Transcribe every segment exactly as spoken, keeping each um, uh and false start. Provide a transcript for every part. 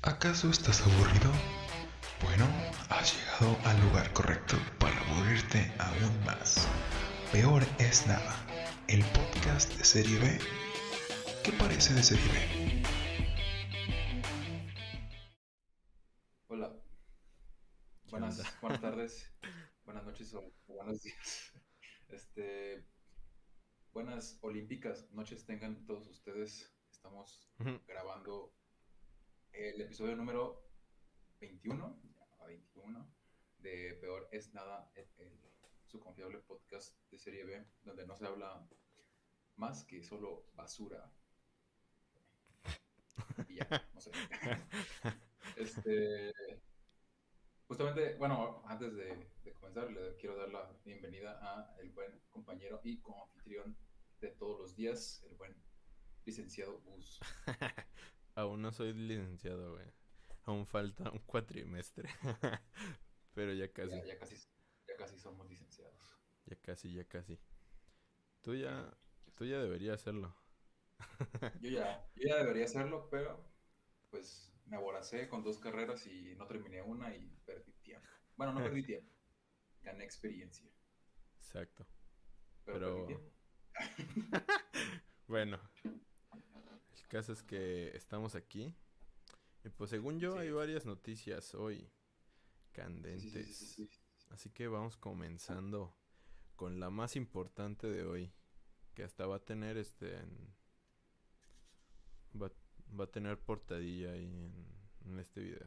¿Acaso estás aburrido? Bueno, has llegado al lugar correcto para aburrirte aún más. Peor es nada, el podcast de Serie B. ¿Qué parece de Serie B? Hola, ¿Qué onda? buenas, buenas tardes, buenas noches o o buenos días. Este, buenas olímpicas noches tengan todos ustedes. Estamos grabando el episodio número veintiuno, ya, veintiuno de Peor es Nada, el- el- su confiable podcast de Serie B, donde no se habla más que solo basura y ya, no sé. Este, Justamente, bueno, antes de, de comenzar, le quiero dar la bienvenida a el buen compañero y coanfitrión de todos los días, el buen licenciado Gus. Aún no soy licenciado, güey. Aún falta un cuatrimestre. Pero ya Ya, casi, ya casi, ya casi somos licenciados. ya casi, ya casi. Tú Eh, ya, tú ya deberías hacerlo. yo ya, yo ya debería hacerlo, pero pues me aboracé con dos carreras y no terminé una y perdí tiempo. Bueno, no perdí tiempo, gané experiencia, Exacto. pero perdí Pero, tiempo. bueno, el caso es que estamos aquí. Y pues según yo hay Sí, varias noticias hoy sí, sí, sí, sí, sí, candentes. sí. Así que vamos comenzando con la más importante de hoy. Que hasta va a tener este en- va, va a tener portadilla ahí en, en este video.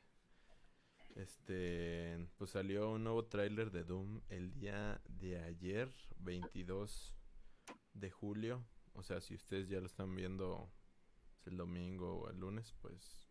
Este, pues salió un nuevo tráiler de Doom el día de ayer, veintidós de julio. O sea, si ustedes ya lo están viendo el domingo o el lunes, pues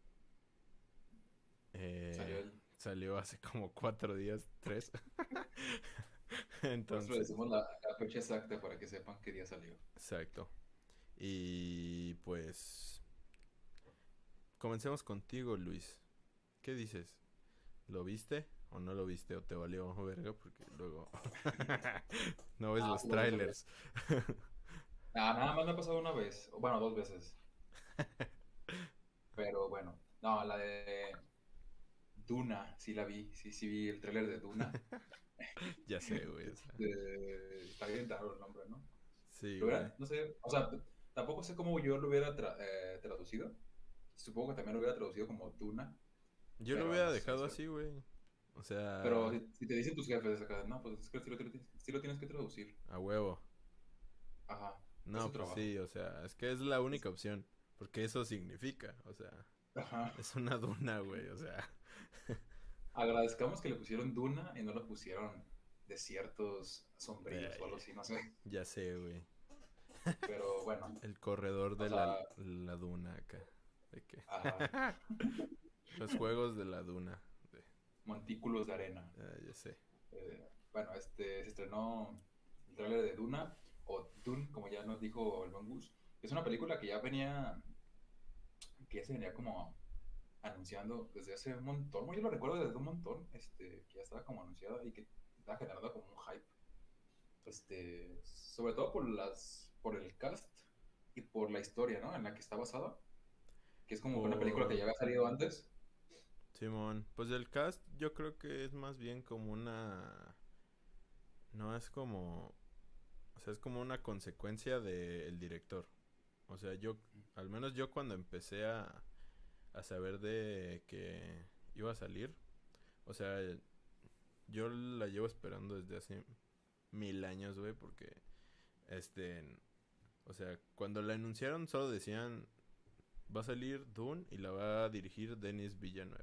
Salió eh, el, salió hace como cuatro días, tres. por eso le Entonces, decimos la, la fecha exacta para que sepan qué día salió. exacto. Y pues comencemos contigo, Luis. ¿Qué dices? ¿Lo viste o no lo viste o te valió verga? Porque luego no ves Ah, los sí lo vi, lo vi. trailers. Ah, nada más me ha pasado una vez, o bueno, dos veces, pero bueno, no, la de Duna, sí la vi, sí, sí vi el tráiler de Duna. Ya sé, güey. O sea, Este, está bien raro el nombre, ¿no? sí, Lo güey. hubiera, no sé, o sea, t- tampoco sé cómo yo lo hubiera tra- eh, traducido. Supongo que también lo hubiera traducido como Duna, Yo lo pero hubiera no sé, dejado eso- así, güey. O pero sea, si, si te dicen tus jefes acá, no, pues es que sí lo, tienes sí lo tienes que traducir. a huevo. Ajá, es su No, pues trabajo. sí, o sea, es que es la Es- única opción. Porque eso significa, o sea, Ajá. es una duna, güey. O sea, Agradezcamos que le pusieron Duna y no le pusieron desiertos sombríos o algo eh, así, no sé. ya sé, güey. Pero bueno, El corredor o de la, sea, la duna acá. ¿De qué? ajá, Los juegos de la duna. De, montículos de arena. ah, ya sé. Eh, bueno, este, se estrenó el tráiler de Duna, o Dune, como ya nos dijo el buen Gus. Es una película que ya venía, que ya se venía como anunciando desde hace un montón. Bueno, yo lo recuerdo desde un montón, este, que ya estaba como anunciada y que estaba generando como un hype. Este, sobre todo por las, por el cast y por la historia, ¿no? En la que está basada, que es como que una película que ya Por había salido antes. Simón, pues el cast yo creo que es más bien como una... No es como... O sea, es como una consecuencia del director. O sea, yo, al menos yo cuando empecé a, a saber de que iba a salir, o sea, yo la llevo esperando desde hace mil años, güey, porque, este, o sea, cuando la anunciaron solo decían, va a salir Dune y la va a dirigir Denis Villeneuve.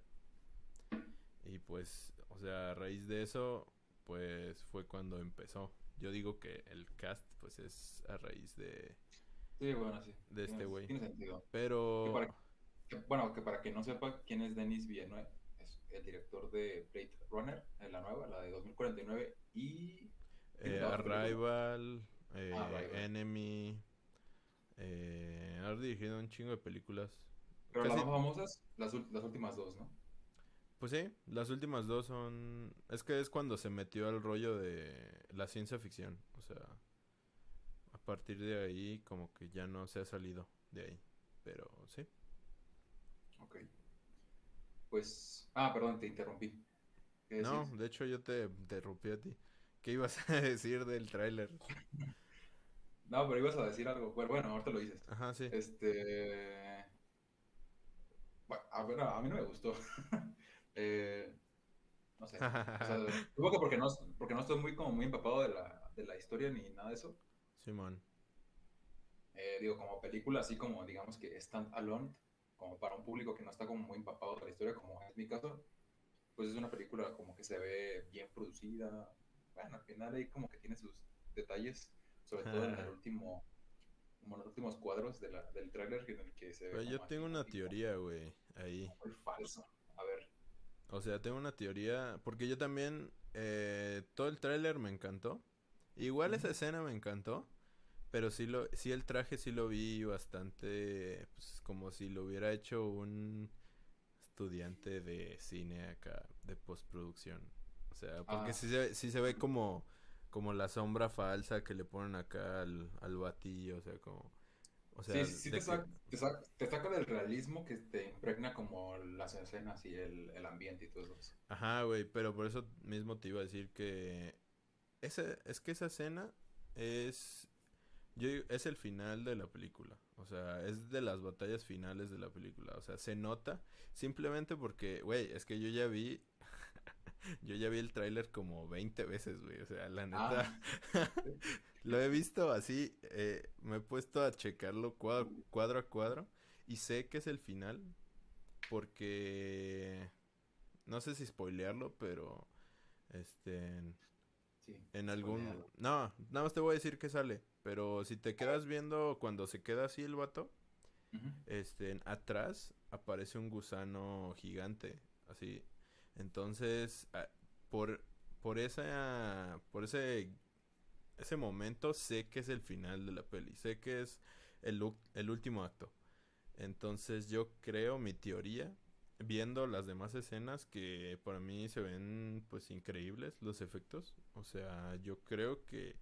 Y pues, o sea, a raíz de eso, pues fue cuando empezó. Yo digo que el cast, pues es a raíz de, Sí, bueno, sí, de tiene, este güey. tiene sentido. Que Pero para, que- bueno, que para quien no sepa quién es Denis Villeneuve, es el director de Blade Runner, en la nueva, la de dos mil cuarenta y nueve, y tiene eh, la otra película, Arrival, ah, eh, Rival. Enemy, eh, ha dirigido un chingo de películas. Pero las más Casi, famosas, las, ul- las últimas dos, ¿no? pues sí, las últimas dos son... Es que es cuando se metió al rollo de la ciencia ficción. O sea, a partir de ahí como que ya no se ha salido de ahí. Pero sí. Ok. pues... Ah, perdón, te interrumpí. ¿Qué No, decías? de hecho yo te interrumpí a ti. ¿Qué ibas a decir del tráiler? No, pero ibas a decir algo. Bueno, bueno, ahorita lo dices. Ajá, sí. Este... Bueno, a ver, a mí no me gustó. Eh, no sé. O sea, supongo que porque no, porque no estoy muy, como muy empapado de la, de la historia ni nada de eso. Simón. Eh, digo, como película, así como digamos que stand alone, como para un público que no está como muy empapado de la historia, como es mi caso, pues es una película como que se ve bien producida. Bueno, al final ahí como que tiene sus detalles, sobre todo en el último, como en los últimos cuadros de la, del tráiler en el que se ve Pero yo como tengo una animático, teoría, güey, ahí. muy falso. A ver. O sea, tengo una teoría, porque yo también, eh, todo el tráiler me encantó. Igual Ujú. esa escena me encantó, pero sí lo, sí el traje sí lo vi bastante, pues como si lo hubiera hecho un estudiante de cine acá, de postproducción. O sea, porque Ah, sí se, sí se ve como, como la sombra falsa que le ponen acá al, al batillo, o sea, como, o sí, sea, sí, sí te de que, saca, te saca, te saca del realismo que te impregna como las escenas y el, el ambiente y todo eso. ajá, güey, pero por eso mismo te iba a decir que ese, es que esa escena es, yo digo, es el final de la película. O sea, es de las batallas finales de la película. O sea, se nota simplemente porque, güey, es que yo ya vi, yo ya vi el tráiler como veinte veces, güey. O sea, la Ah, neta, lo he visto así, eh, me he puesto a checarlo cuadro, cuadro a cuadro y sé que es el final porque, no sé si spoilearlo, pero, este, sí, en algún... spoiléalo. No, nada más te voy a decir que sale. Pero si te A ver. quedas viendo cuando se queda así el vato, Ujú. este, atrás aparece un gusano gigante, así. Entonces, ah, por, por esa, por ese, ese momento sé que es el final de la peli, sé que es el, u- el último acto. Entonces yo creo, mi teoría, viendo las demás escenas que para mí se ven pues increíbles los efectos. O sea, yo creo que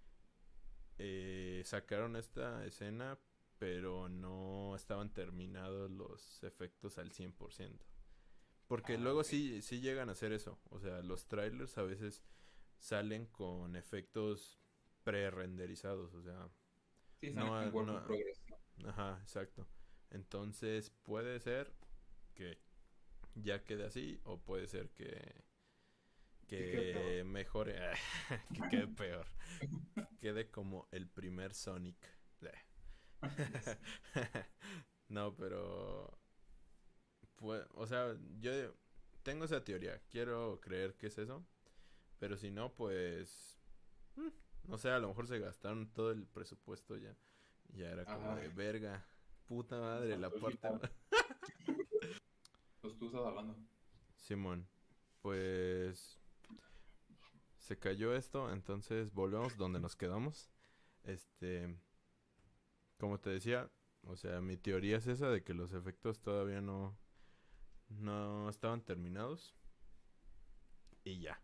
eh, sacaron esta escena, pero no estaban terminados los efectos al cien por ciento. Porque Ah, luego ok. sí, sí llegan a hacer eso. O sea, los trailers a veces salen con efectos pre-renderizados. O sea, Sí, sale no, en Work no, in Progress, ¿no? ajá, exacto. Entonces puede ser que ya quede así o puede ser que, ¿Qué queda peor? que mejore, que quede peor, que quede como el primer Sonic. Ya sé. No, pero pues, o sea, yo tengo esa teoría, quiero creer que es eso, pero si no, pues mm, no sé, a lo mejor se gastaron todo el presupuesto ya. Ya era como Ajá, de verga, puta nos madre, la faltó el parte final. más... Pues tú estás hablando. Simón, pues se cayó esto, entonces volvemos donde nos quedamos. Este, como te decía, o sea, mi teoría es esa de que los efectos todavía no, no estaban terminados y ya.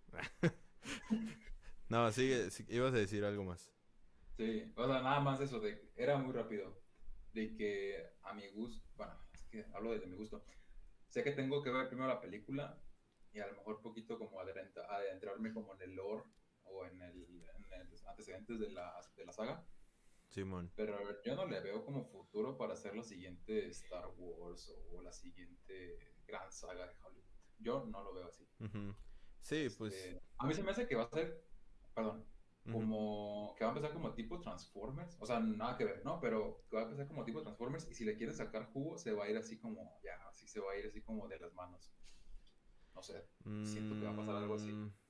No, sigue, sí, ibas a decir algo más. Sí, o sea, nada más eso, de, era muy rápido. De que a mi gusto, bueno, es que hablo desde mi gusto. Sé que tengo que ver primero la película y a lo mejor poquito como adentra- adentrarme como en el lore o en el, en el antecedentes de la, de la saga. Simón. Pero yo no le veo como futuro para hacer la siguiente Star Wars o la siguiente gran saga de Hollywood. Yo no lo veo así. Ujú. Sí, pues. Este, a mí se me hace que va a ser, perdón, Ujú. como que va a empezar como tipo Transformers, o sea, nada que ver, ¿no? Pero que va a empezar como tipo Transformers y si le quieren sacar jugo se va a ir así como, ya, así se va a ir así como de las manos. No sé, siento que va a pasar algo así. Mm,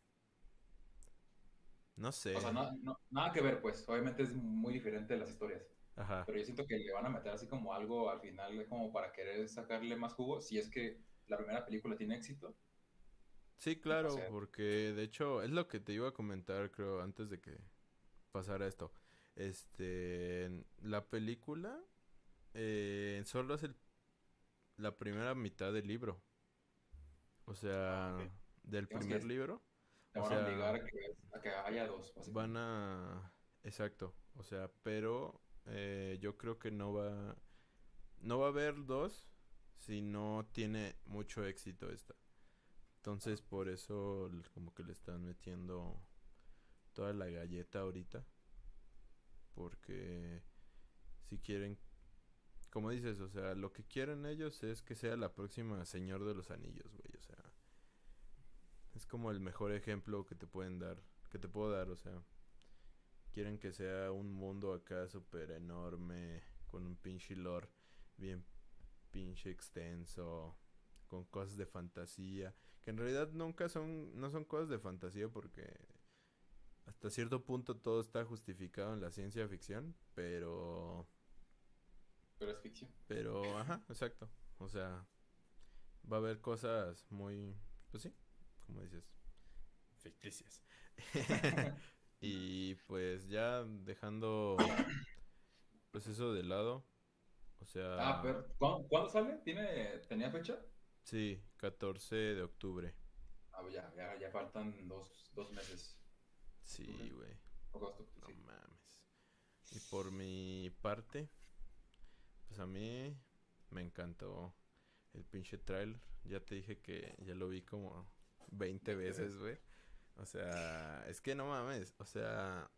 no O sea, sé. no, no- nada que ver, pues, obviamente es muy diferente de las historias. Ajá. Pero yo siento que le van a meter así como algo al final, como para querer sacarle más jugo, si es que la primera película tiene éxito, Sí, y no claro, sé. porque de hecho es lo que te iba a comentar, creo, antes de que pasara esto. Este, la película eh, solo es el- la primera mitad del libro. O Ah, ok. sea, del Digamos primer que libro. te O van a obligar sea, a que, a que haya dos, van básicamente. a... Exacto. O sea, pero eh, yo creo que no va... No va a haber dos, si no tiene mucho éxito esta. Entonces por eso l- como que le están metiendo toda la galleta ahorita. Porque si quieren, como dices, o sea, lo que quieren ellos es que sea la próxima Señor de los Anillos, güey. O sea, es como el mejor ejemplo que te pueden dar, que te puedo dar, o sea. Quieren que sea un mundo acá súper enorme, con un pinche lore bien pinche extenso, con cosas de fantasía, que en realidad nunca son, no son cosas de fantasía porque hasta cierto punto todo está justificado en la ciencia ficción, pero, Pero es ficción. pero, ajá, exacto, o sea, va a haber cosas muy, pues sí, como dices, ficticias. Y pues ya dejando pues eso de lado, o Ah, sea, pero ¿cuándo, cuándo sale? ¿Tiene, tenía fecha? sí, catorce de octubre. Ah, ya, ya, ya faltan dos, dos meses. Sí, Octubre, güey, agosto, octubre, no sí. mames. Y por mi parte, pues a mí me encantó el pinche trailer. Ya te dije que ya lo vi como veinte veinte veces, veces. güey. O sea, es que no mames, o sea,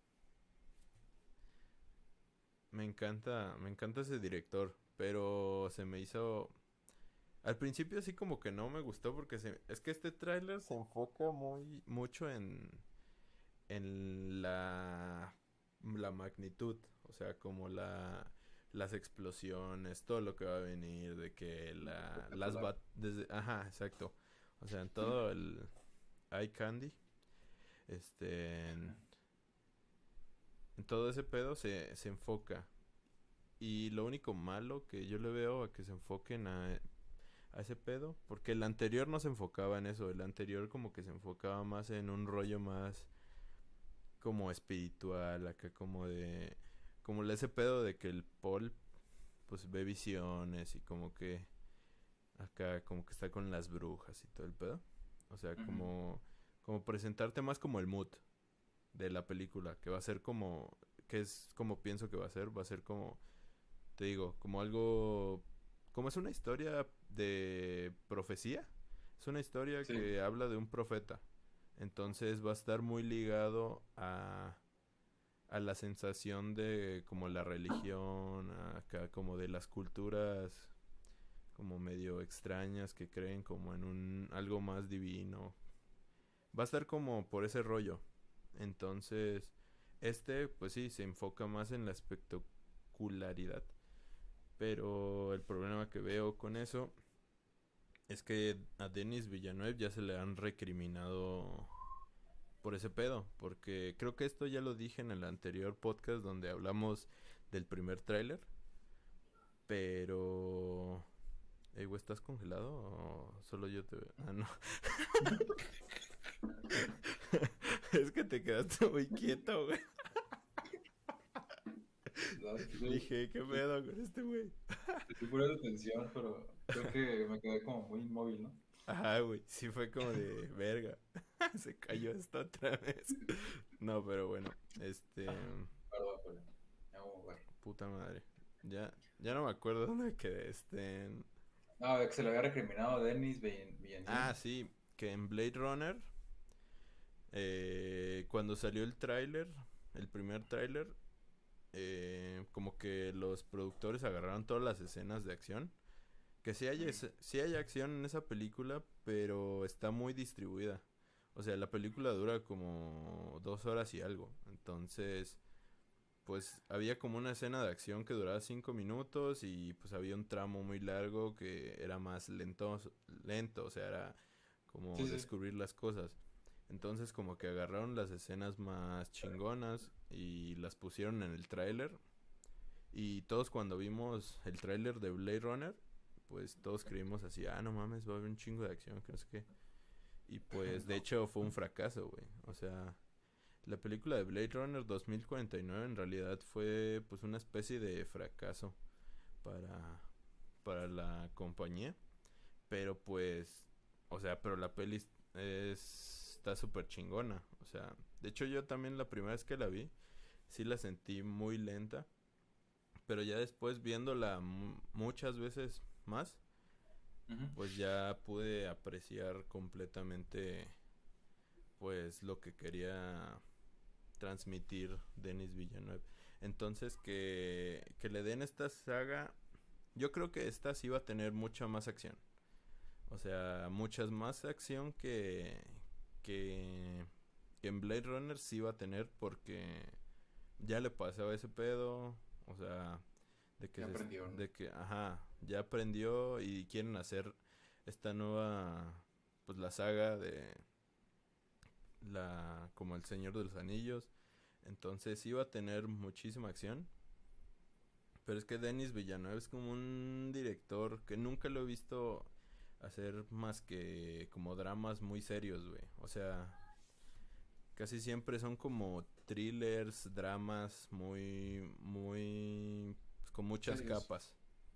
me encanta, me encanta ese director, pero se me hizo. Al principio así como que no me gustó porque se, es que este tráiler se enfoca muy mucho en en la la magnitud, o sea, como la las explosiones, todo lo que va a venir de que la las Espectacular. bat desde ajá, exacto. O sea, en todo el eye candy, este en, en todo ese pedo se se enfoca. Y lo único malo que yo le veo a que se enfoquen a a ese pedo, porque el anterior no se enfocaba en eso, el anterior como que se enfocaba más en un rollo más como espiritual, acá como de, como ese pedo de que el Paul pues ve visiones y como que acá como que está con las brujas y todo el pedo, o sea, Ujú. como, como presentarte más como el mood de la película, que va a ser como, que es como pienso que va a ser, va a ser como, te digo, como algo, como es una historia de profecía, es una historia Sí, que habla de un profeta. Entonces va a estar muy ligado a, a la sensación de como la religión, acá como de las culturas como medio extrañas que creen como en un algo más divino. Va a estar como por ese rollo. Entonces, este pues sí se enfoca más en la espectacularidad. Pero el problema que veo con eso es que a Denis Villeneuve ya se le han recriminado por ese pedo. Porque creo que esto ya lo dije en el anterior podcast donde hablamos del primer tráiler. Pero... Ey, güey, ¿estás congelado o solo yo te veo? Ah, no. Es que te quedaste muy quieto, güey. ¿sabes? Sí, Dije, ¿qué sí, pedo con este güey? estoy poniendo atención, pero creo que me quedé como muy inmóvil, ¿no? Ajá, güey. Sí fue como de verga. Se cayó esta otra vez. No, pero bueno. Este... Perdón, pero me hago mover. Puta madre. Ya, ya no me acuerdo dónde quedé. Este... No, de que se le había recriminado a Denis Villen- Villeneuve. Ah, sí. Que en Blade Runner... Eh, cuando salió el tráiler, el primer tráiler, eh, como que los productores agarraron todas las escenas de acción. Que sí hay, Ujú. es- sí hay acción en esa película, pero está muy distribuida. O sea, la película dura como dos horas y algo. Entonces, pues había como una escena de acción que duraba cinco minutos y pues había un tramo muy largo que era más lento, lento, o sea, era Sí, como sí. descubrir las cosas. Entonces como que agarraron las escenas más chingonas y las pusieron en el tráiler. Y todos cuando vimos el tráiler de Blade Runner, pues todos creímos así, ah, no mames, va a haber un chingo de acción, que no sé qué. Y pues de No. hecho fue un fracaso, güey. O sea, la película de Blade Runner dos mil cuarenta y nueve en realidad fue pues una especie de fracaso para, para la compañía. Pero pues, o sea, pero la peli es, está súper chingona. O sea, de hecho yo también la primera vez que la vi, sí la sentí muy lenta. Pero ya después viéndola mu- muchas veces más, Ujú. pues ya pude apreciar completamente pues lo que quería transmitir Denis Villeneuve. Entonces que, que le den esta saga, yo creo que esta sí va a tener mucha más acción. O sea, muchas más acción que, que, que en Blade Runner sí va a tener porque ya le pasaba ese pedo. O sea, de que, Ya se, aprendió, ¿no? de que, ajá, ya aprendió y quieren hacer esta nueva, pues la saga de la, como el Señor de los Anillos. Entonces iba a tener muchísima acción. Pero es que Denis Villeneuve es como un director que nunca lo he visto hacer más que como dramas muy serios, güey. O sea, casi siempre son como thrillers, dramas muy, muy, pues, con muchas Serios. capas.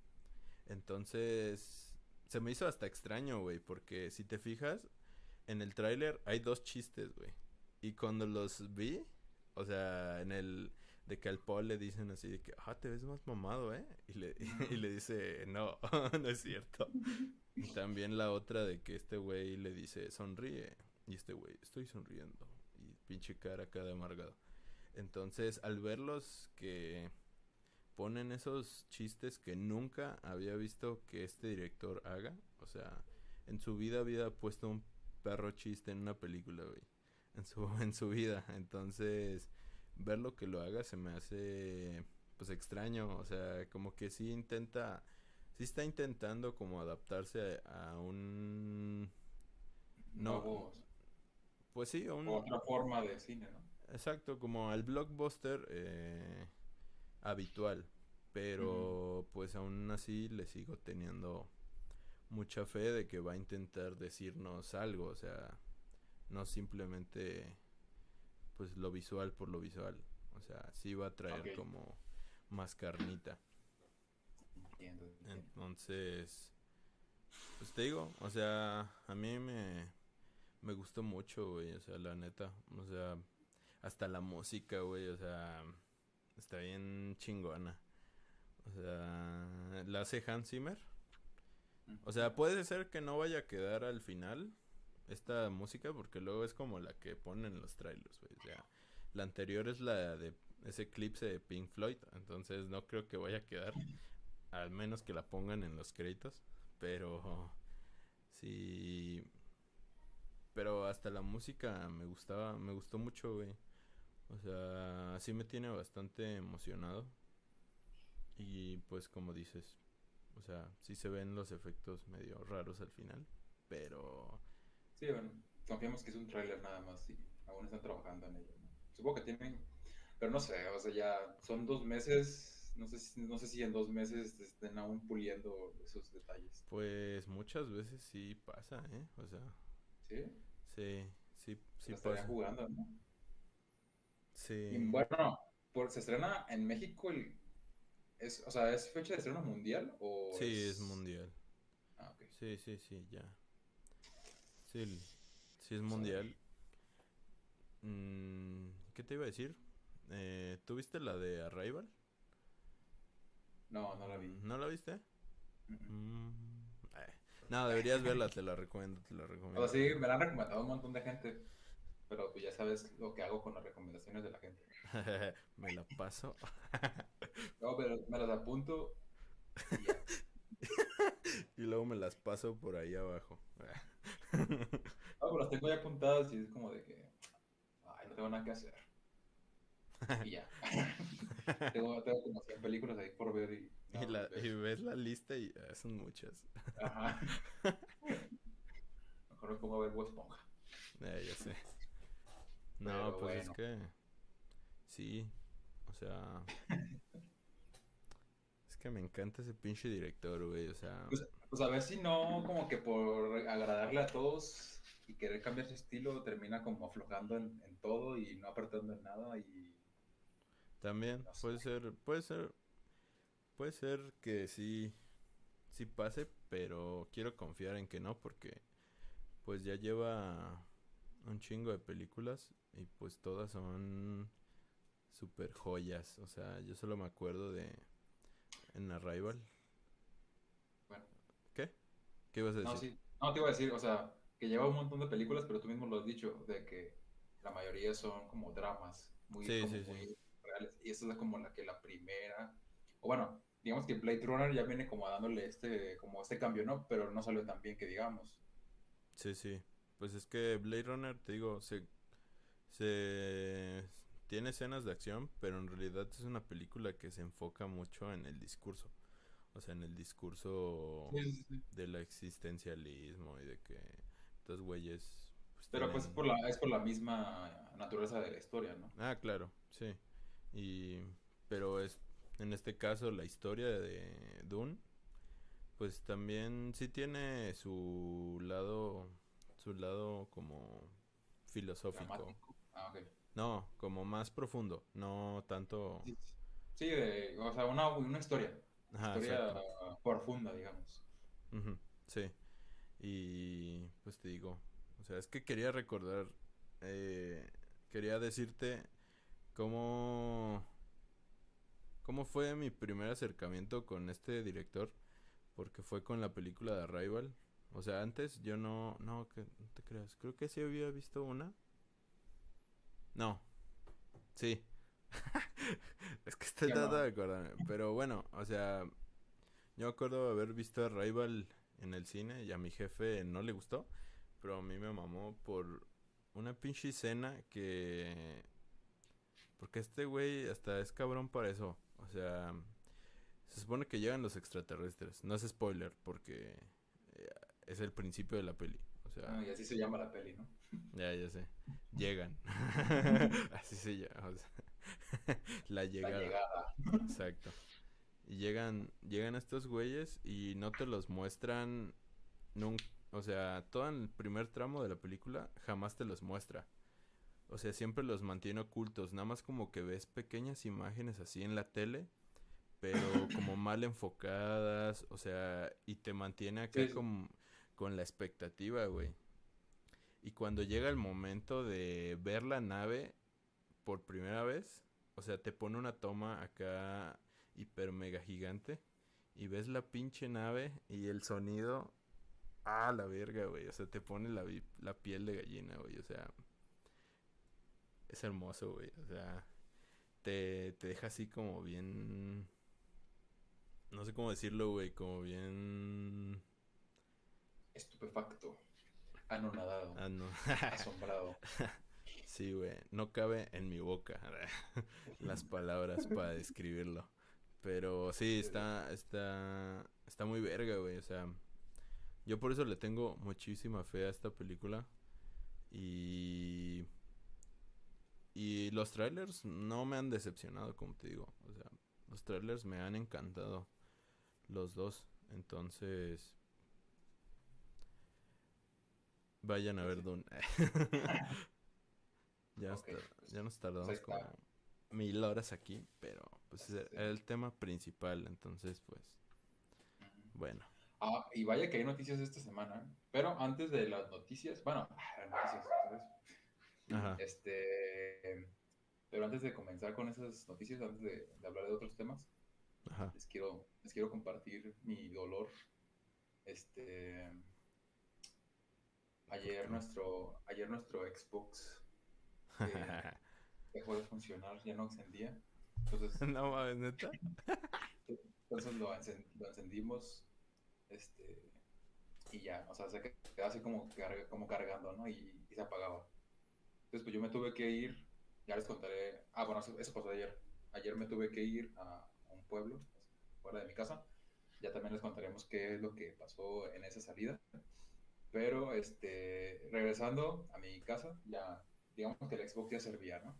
Entonces, se me hizo hasta extraño, güey, porque si te fijas, en el tráiler hay dos chistes, güey. Y cuando los vi, o sea, en el de que al Paul le dicen así de que, ah, te ves más mamado, ¿eh? Y le, y le dice, no, no es cierto. Y también la otra de que este güey le dice, sonríe. Y este güey, estoy sonriendo. Y pinche cara cada amargado. Entonces, al verlos que ponen esos chistes que nunca había visto que este director haga, o sea, en su vida había puesto un perro chiste en una película, güey. En su, en su vida. Entonces, ver lo que lo haga se me hace, pues, extraño. O sea, como que sí intenta, sí está intentando como adaptarse a, a un, no, Nuevos. pues sí, a un, Otra forma de cine, ¿no? exacto, como al blockbuster eh, habitual. Ujú. Pero pues aún así le sigo teniendo mucha fe de que va a intentar decirnos algo. O sea, no simplemente pues lo visual por lo visual. O sea, sí va a Ok. traer como más carnita. Entiendo, entiendo. Entonces, pues te digo, o sea, a mí me, me gustó mucho, güey. O sea, la neta. O sea, hasta la música, güey. O sea, está bien chingona. O sea, la hace Hans Zimmer. O Ujú. sea, puede ser que no vaya a quedar al final esta música porque luego es como la que ponen en los trailers, güey. O sea, la anterior es la de ese eclipse de Pink Floyd, entonces no creo que vaya a quedar, al menos que la pongan en los créditos. Pero sí, pero hasta la música me gustaba, me gustó mucho, güey. O sea, sí me tiene bastante emocionado. Y pues como dices, o sea, sí se ven los efectos medio raros al final, pero Sí, bueno, confiamos que es un tráiler nada más y aún están trabajando en ello, ¿no? Supongo que tienen, pero no sé, o sea, ya son dos meses, no sé si, no sé si en dos meses estén aún puliendo esos detalles. pues muchas veces sí pasa, ¿eh? O sea, ¿Sí? sí, sí, Se sí la estarían pasa. jugando, ¿no? Y Sí, bueno, por, ¿se estrena en México el, es, o sea, ¿es fecha de estreno mundial o sí, es es...? mundial. Ah, ok. Sí, sí, sí, ya. Sí, l- sí es Vamos a ver. mundial. Mm, ¿qué te iba a decir? Eh, ¿tú viste la de Arrival? No, no la vi. Mm, ¿no la viste? Mm, mm. Mm, eh. No, deberías verla, te la recomiendo, te la O sea, recomiendo. sí, me la han recomendado un montón de gente, pero pues ya sabes lo que hago con las recomendaciones de la gente. Me la paso. No, pero me las apunto y ya. Y luego me las paso por ahí abajo. No, pero las tengo ya apuntadas y es como de que, ay, no tengo nada que hacer. Y ya. Tengo, tengo como cien películas ahí por ver y Y, nada la, más veo. y ves la lista y ah, son muchas. Ajá. Mejor me pongo a ver Bob Esponja. Eh, ya sé. No, Pero pues es bueno. que sí. O sea, es que me encanta ese pinche director, güey. O sea, Pues, pues a ver si no, como que por agradarle a todos y querer cambiar su estilo, termina como aflojando en, en todo y no apretando en nada y también no sé. puede ser, puede ser, puede ser que sí, sí pase, pero quiero confiar en que no, porque pues ya lleva un chingo de películas y pues todas son super joyas. O sea, yo solo me acuerdo de en Arrival. Bueno, ¿Qué? ¿Qué ibas a No, decir? sí. No, te iba a decir, o sea, que lleva un montón de películas, pero tú mismo lo has dicho, de que la mayoría son como dramas, muy, Sí, como sí, sí. muy reales. Y esta es como la que la primera, o bueno, digamos que Blade Runner ya viene como dándole este, como este cambio, ¿no? Pero no salió tan bien que digamos. Sí, sí. Pues es que Blade Runner, te digo, se, se tiene escenas de acción, pero en realidad es una película que se enfoca mucho en el discurso. O sea, en el discurso Sí, sí, sí. del existencialismo y de que estos güeyes pues Pero pues tienen... por la, es por la misma naturaleza de la historia, ¿no? Ah, claro, sí. Y... Pero es, en este caso, la historia de Dune, pues también sí tiene su lado, su lado como filosófico. Dramático. Ah, ok. No, como más profundo, no tanto... Sí, sí, de, o sea, una, una historia, Ajá, historia exacto. profunda, digamos. Ujú, sí. Y pues te digo, o sea, es que quería recordar, eh, quería decirte cómo, cómo fue mi primer acercamiento con este director, porque fue con la película de Arrival. O sea, antes yo no, no, que no te creas, creo que sí había visto una. No, sí. Es que estoy ¿Sí o tratando de no? acordarme, pero bueno, o sea, yo me acuerdo haber visto Arrival en el cine y a mi jefe no le gustó, pero a mí me mamó por una pinche escena que... Porque este güey hasta es cabrón para eso. O sea, se supone que llegan los extraterrestres. No es spoiler porque eh, es el principio de la peli. O sea, Ah, y así se llama la peli, ¿no? ya, ya sé. Llegan. Así se llama. O sea, la La llegada. llegada. Exacto. Y llegan, llegan estos güeyes y no te los muestran nunca. O sea, todo en el primer tramo de la película jamás te los muestra. O sea, siempre los mantiene ocultos. Nada más como que ves pequeñas imágenes así en la tele, pero como mal enfocadas. O sea, y te mantiene acá Sí, sí. con, con la expectativa, güey. Y cuando llega el momento de ver la nave por primera vez, o sea, te pone una toma acá hiper mega gigante y ves la pinche nave y el sonido. Ah, la verga, güey. O sea, te pone la, vi- la piel de gallina, güey. O sea, es hermoso, güey. O sea, te, te deja así como bien... No sé cómo decirlo, güey. Como bien... Estupefacto, anonadado, Ah, no. asombrado. Sí, güey. No cabe en mi boca las palabras para describirlo. Pero sí, Sí, sí. está, está, está muy verga, güey. O sea, yo por eso le tengo muchísima fe a esta película. Y, y los trailers no me han decepcionado, como te digo. O sea, los trailers me han encantado. Los dos. Entonces, vayan a Pues ver sí. Dune. ya, nos Ok, tar- pues, ya nos pues ahí tardamos está. como mil horas aquí. Pero, pues, era Este, era el tema principal. Entonces, pues, ujú. bueno. Ah, y vaya que hay noticias esta semana, pero antes de las noticias, bueno, las noticias, ¿sabes? Ajá. Este, pero antes de comenzar con esas noticias, antes de, de hablar de otros temas, Ajá. les quiero, les quiero compartir mi dolor. Este, ¿Por ayer qué? nuestro, ayer nuestro Xbox eh, dejó de funcionar, ya no encendía. Entonces, No mames, neta. entonces lo, encend- lo encendimos, este, y ya, o sea, se quedaba así como, carga- como cargando, ¿no? Y, y se apagaba. Entonces, pues yo me tuve que ir, ya les contaré, ah, bueno, eso, eso pasó ayer. Ayer me tuve que ir a, a un pueblo, fuera de mi casa. Ya también les contaremos qué es lo que pasó en esa salida. Pero, este, regresando a mi casa, ya, digamos que el Xbox ya servía, ¿no?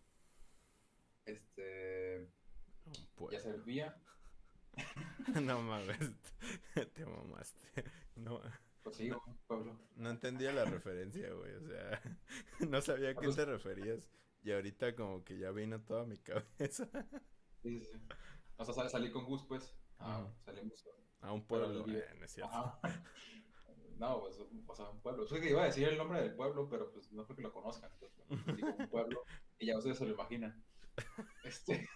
Este, Un ya pueblo. servía. No mames. Te mamaste. No, Pues sí, un pueblo. no entendía la referencia, güey. O sea, no sabía a Ah, qué pues, te referías. Y ahorita como que ya vino toda mi cabeza. sí, sí, sí. O sea, sal- salí con Gus, pues. Ah, Ujú. salimos. A un Pero él pueblo, vive. eh, no es cierto. Ajá. No, pues, o sea, un pueblo. Yo que iba a decir el nombre del pueblo, pero pues no creo que lo conozcan. Entonces, bueno, pues digo un pueblo y ya ustedes se lo imaginan. Este,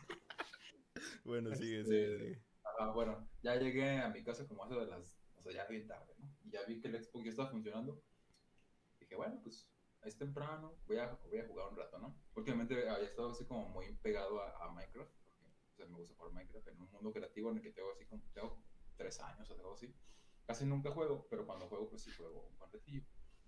Bueno, sigue, sigue, este, sigue. ah, bueno, ya llegué a mi casa como hace de las, o sea, ya bien tarde, ¿no? y ya vi que el Xbox ya estaba funcionando. Dije, bueno, pues es temprano, voy a, voy a jugar un rato, ¿no? Últimamente había estado así como muy pegado a, a Minecraft, porque o sea, me gusta jugar Minecraft en un mundo creativo en el que tengo así como, tengo como tres años o algo así. Casi nunca juego, pero cuando juego, pues sí juego un buen ratillo.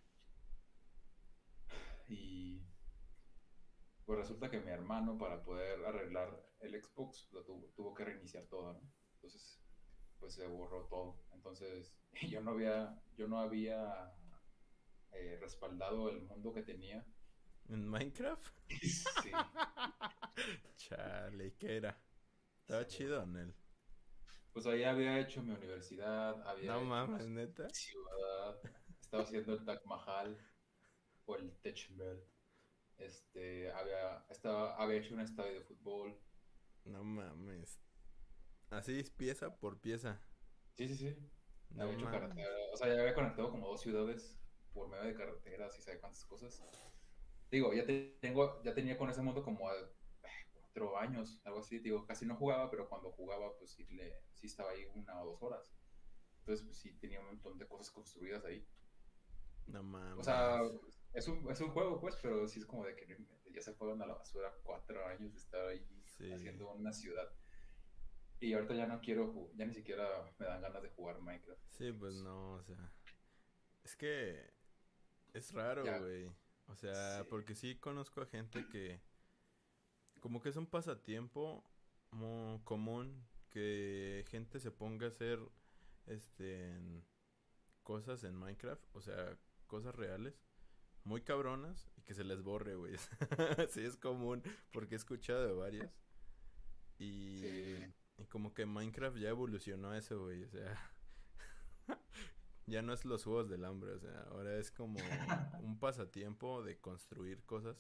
Y pues resulta que mi hermano, para poder arreglar el Xbox, lo tuvo, tuvo que reiniciar todo, ¿no? Entonces, pues se borró todo. Entonces, yo no había, yo no había eh, respaldado el mundo que tenía. ¿En Minecraft? Sí, Chale, ¿y qué era? se Estaba chido borró. en él. Pues ahí había hecho mi universidad, había No hecho una mames, neta. ciudad, estaba haciendo el Taj Mahal o el Taj Mahal. Este, había, estaba, había hecho un estadio de fútbol. No mames. Así es pieza por pieza. Sí, sí, sí. No Había hecho mames. carretera. O sea, ya había conectado como dos ciudades por medio de carreteras y sabe cuántas cosas. Digo, ya te- tengo, ya tenía con ese mundo como a, eh, cuatro años, algo así. Digo, casi no jugaba, pero cuando jugaba, pues sí, le, sí estaba ahí una o dos horas. Entonces, pues sí, tenía un montón de cosas construidas ahí. No O sea, mames. es un, es un juego, pues, pero sí es como de que no inventes, ya se fueron a la basura cuatro años de estar ahí Sí. haciendo una ciudad. Y ahorita ya no quiero jugar, ya ni siquiera me dan ganas de jugar Minecraft. Sí, Porque, pues pues, no, o sea. Es que es raro, ya, güey. O sea, sí. porque sí conozco a gente que como que es un pasatiempo muy común que gente se ponga a hacer este en cosas en Minecraft, o sea, cosas reales, muy cabronas y que se les borre, güey. Sí es común porque he escuchado de varias y, Sí, y como que Minecraft ya evolucionó a eso, güey, o sea, ya no es los juegos del hambre, o sea, ahora es como un pasatiempo de construir cosas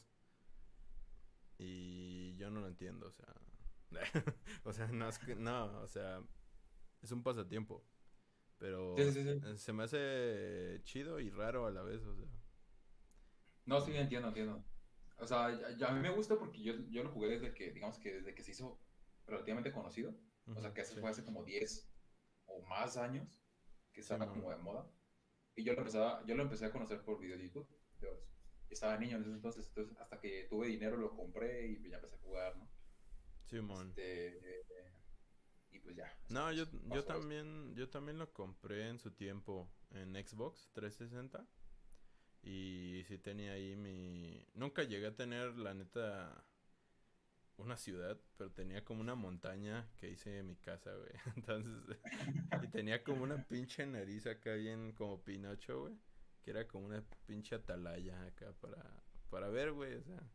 y yo no lo entiendo, o sea, o sea, no es que, no, o sea, es un pasatiempo, sí, pero sí, sí, sí. eh, se me hace chido y raro a la vez, o sea. No, sí, Y, entiendo, entiendo. O sea, ya- ya a mí me gusta porque yo, yo lo jugué desde que, digamos que desde que se hizo relativamente conocido. O ujú, sea, que eso sí, fue hace como diez o más años que estaba Simón. como de moda. Y yo lo empezaba, yo lo empecé a conocer por video de YouTube. Yo estaba niño en ese entonces, entonces hasta que tuve dinero lo compré y ya empecé a jugar, ¿no? Simón. Este, y pues ya, eso No, yo, pasó, yo pasó eso. también, yo también lo compré en su tiempo en Xbox trescientos sesenta. Y sí tenía ahí mi... Nunca llegué a tener, la neta, una ciudad, pero tenía como una montaña que hice en mi casa, güey. Entonces, y tenía como una pinche nariz acá bien como Pinocho, güey. Que era como una pinche atalaya acá para, para ver, güey, o sea.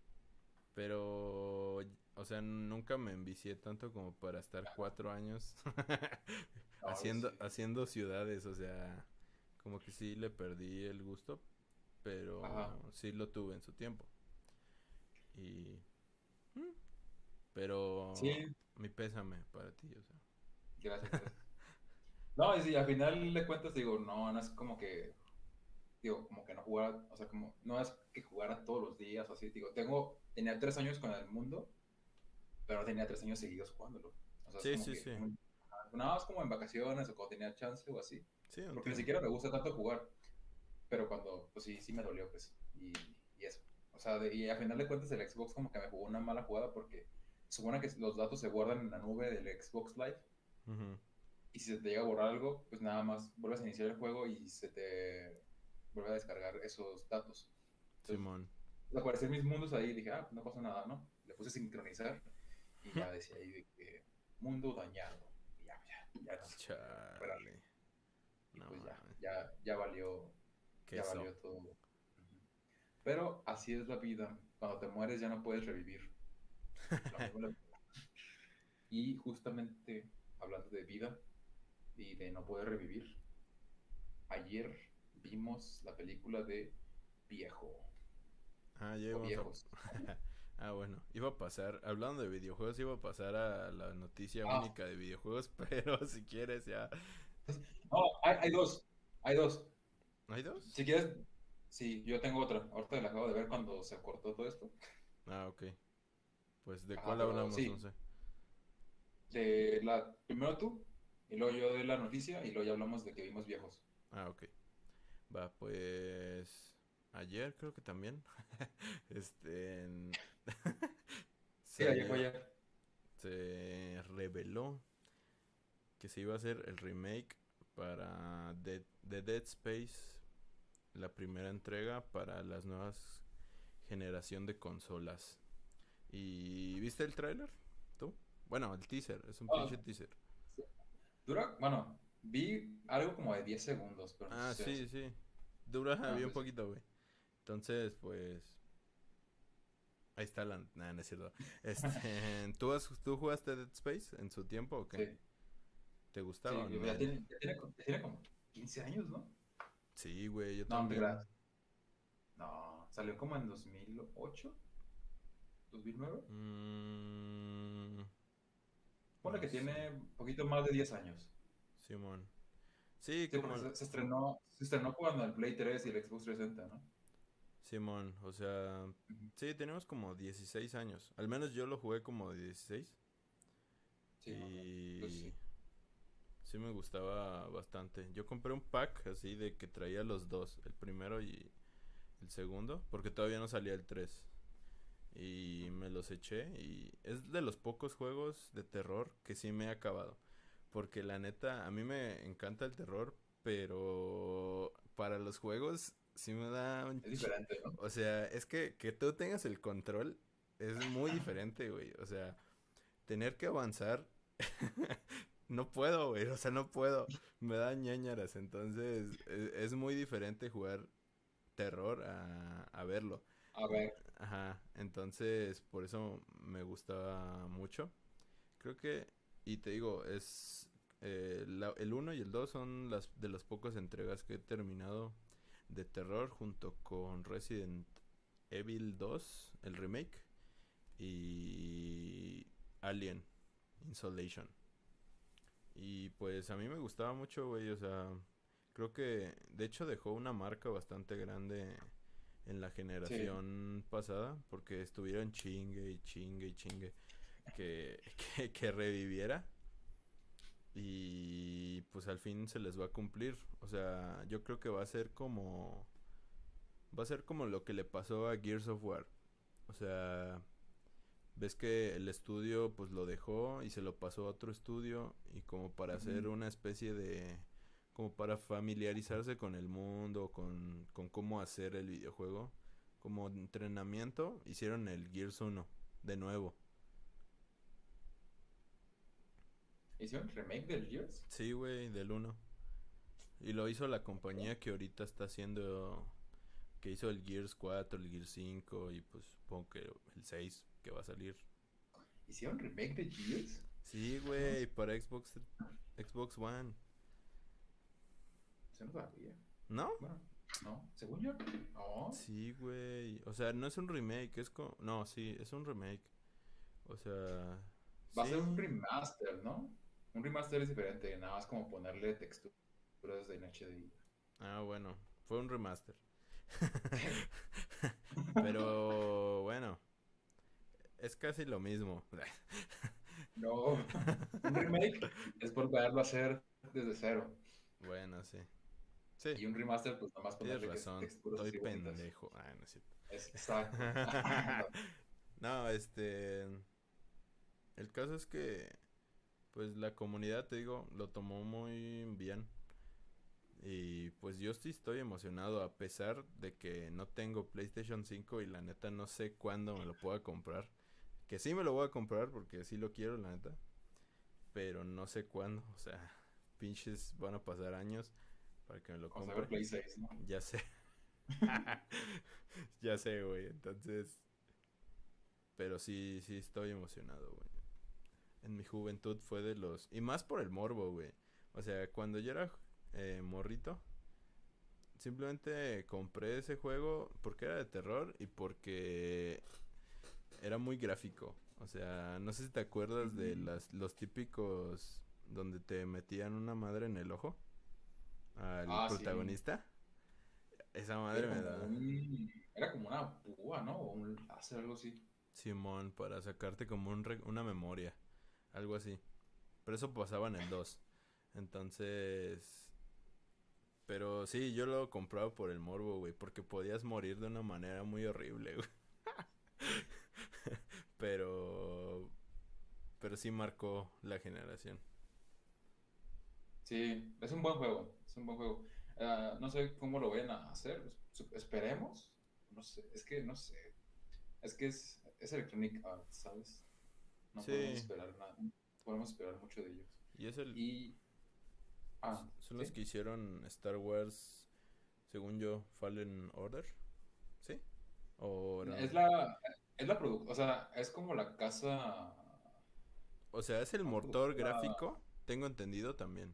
Pero, o sea, nunca me envicié tanto como para estar cuatro años No, yo haciendo, sí. haciendo ciudades, o sea, como que sí le perdí el gusto, Ajá. pero sí lo tuve en su tiempo. Y, mm, pero Sí, mi pésame para ti, o sea. gracias, gracias. No, y sí, al final de cuentas digo, no, no es como que, digo, como que no jugara, o sea, como, no es que jugara todos los días o así, digo, tengo, tenía tres años con el mundo, pero no tenía tres años seguidos jugándolo. O sea, es Sí, como sí, que, sí. un- nada más como en vacaciones o cuando tenía chance o así, Sí, un porque ni tiempo. siquiera me gusta tanto jugar, pero cuando, pues sí, sí me dolió, pues, y, y eso. O sea, de- y al final de cuentas el Xbox como que me jugó una mala jugada porque supone que los datos se guardan en la nube del Xbox Live Ujú. y si se te llega a borrar algo, pues nada más vuelves a iniciar el juego y se te vuelve a descargar esos datos. Entonces, Simón. aparecían mis mundos ahí y dije, ah, no pasa nada, ¿no? Le puse sincronizar y ya decía ahí de que mundo dañado. Y ya, ya, ya no se podía recuperar. Chale. Y No pues ya, mames. ya, ya valió, ya Queso. valió todo. Ujú. Pero así es la vida. Cuando te mueres ya no puedes revivir. Lo mismo la- Y justamente hablando de vida y de no poder revivir, ayer vimos la película de Viejo Ah, ya o íbamos a... Viejos. Ah, bueno, iba a pasar, hablando de videojuegos, iba a pasar a la noticia Ah, única de videojuegos, pero si quieres ya... no, hay, hay dos, hay dos. ¿Hay dos? Si quieres, sí, yo tengo otra. Ahorita la acabo de ver cuando se cortó todo esto. Ah, ok. Pues ¿de Ajá, cuál pero hablamos? No sí, sé. de la, primero tú, y luego yo de la noticia, y luego ya hablamos de que vimos viejos. Ah, ok. Va, pues... Ayer creo que también. este... en- Sí, ayer fue salió... ayer. Se reveló que se iba a hacer el remake para Dead, de Dead Space, la primera entrega para las nuevas generación de consolas. ¿Y viste el tráiler? ¿Tú? Bueno, el teaser, es un Ah, pinche teaser. sí. Dura, bueno, vi algo como de diez segundos, pero no sé Ah, si sí, es. sí. Dura Ah, bien sí, sí. poquito, güey. Entonces, pues... Ahí está la... Nah, no es cierto. Este... ¿Tú, has, ¿Tú jugaste Dead Space en su tiempo o qué? Sí, ¿Te gustaba sí, o ya no? tiene, ya tiene, ya tiene como quince años, ¿no? Sí, güey, yo No, no te también. creas. No, salió como en dos mil ocho, dos mil nueve. Mm, Ponle no que sé. tiene un poquito más de diez años. Simón. Sí, Sí, porque como... se, se estrenó, se estrenó cuando el Play tres y el Xbox trescientos sesenta, ¿no? Simón, o sea... Ujú. Sí, tenemos como dieciséis años. Al menos yo lo jugué como de dieciséis. Sí, más o menos. Entonces Y sí. sí me gustaba bastante. Yo compré un pack así de que traía los dos, el primero y el segundo, porque todavía no salía el tres. Y me los eché y es de los pocos juegos de terror que sí me he acabado. Porque la neta, a mí me encanta el terror, pero para los juegos sí me da un... Es ch- diferente, ¿no? O sea, es que que tú tengas el control es muy diferente, güey. O sea, tener que avanzar, no puedo, güey. O sea, no puedo. Me da ñañaras. Entonces, es, es muy diferente jugar terror a, a verlo. A ver, Ajá. Entonces, por eso me gustaba mucho. Creo que, y te digo, es... eh, la- el uno y el dos son las de las pocas entregas que he terminado de terror junto con Resident Evil dos, el remake, y Alien Insolation. Y pues a mí me gustaba mucho, güey, o sea, creo que de hecho dejó una marca bastante grande en la sí. generación pasada, porque estuvieron chingue y chingue y chingue que, que, que reviviera. Y pues al fin se les va a cumplir. O sea, yo creo que va a ser como... Va a ser como lo que le pasó a Gears of War. O sea, ves que el estudio pues lo dejó y se lo pasó a otro estudio y como para hacer Ujú. una especie de... como para familiarizarse con el mundo, con, con cómo hacer el videojuego. Como entrenamiento hicieron el Gears uno de nuevo. ¿Hicieron remake del Gears? Sí, güey, del uno. Y lo hizo la compañía que ahorita está haciendo... que hizo el Gears cuatro, el Gears cinco y pues supongo que el seis que va a salir. ¿Hicieron remake de Gears? Sí, No, güey, para Xbox Xbox One. se no sabía. ¿No? Bueno, no, según yo, no. Sí, güey. O sea, no es un remake, es como... No, sí, es un remake. O sea, Va a ser un sí. remaster, ¿no? Un remaster es diferente, nada más como ponerle texturas en H D. Ah, bueno, fue un remaster. Pero bueno, es casi lo mismo. No, un remake es volverlo a hacer desde cero. Bueno, sí. Sí, Y un remaster, pues nada más tienes ponerle que razón. texturas Estoy así bonitas. pendejo. Ah, no es cierto. Es exacto. No, este... El caso es que, pues la comunidad, te digo, lo tomó muy bien. Y pues yo sí estoy emocionado a pesar de que no tengo PlayStation cinco y la neta no sé cuándo me lo pueda comprar. Que sí me lo voy a comprar porque sí lo quiero, la neta. Pero no sé cuándo. O sea, pinches van a pasar años para que me lo Como saber compre. Play seis, ¿no? Ya sé. Ya sé, güey. Entonces, pero sí, sí estoy emocionado, güey. En mi juventud fue de los... Y más por el morbo, güey. O sea, cuando yo era eh, morrito, simplemente compré ese juego porque era de terror y porque era muy gráfico. O sea, no sé si te acuerdas de Ujú. las, los típicos donde te metían una madre en el ojo al Ah, sí. protagonista. Esa Que madre era me como da un... Era como una púa, ¿no? O un láser, algo así. Simón para sacarte como un re- una memoria. Algo así. Pero eso pasaba en el dos. Entonces, Pero sí, yo lo compraba por el morbo, güey, porque podías morir de una manera muy horrible, güey. Pero, pero sí marcó la generación. Sí, es un buen juego, es un buen juego. Ah, no sé cómo lo vayan a hacer, es- esperemos. No sé, es que no sé. Es que es, es Electronic Arts, ¿sabes? No podemos Sí, esperar nada, no podemos esperar mucho de ellos. y es el, Y, ah, son los ¿sí? que hicieron Star Wars, según yo, Fallen Order, ¿sí? O Es eran, la, es la produ- o sea, es como la casa, o sea, es el ¿cómo motor productora? gráfico, tengo entendido también.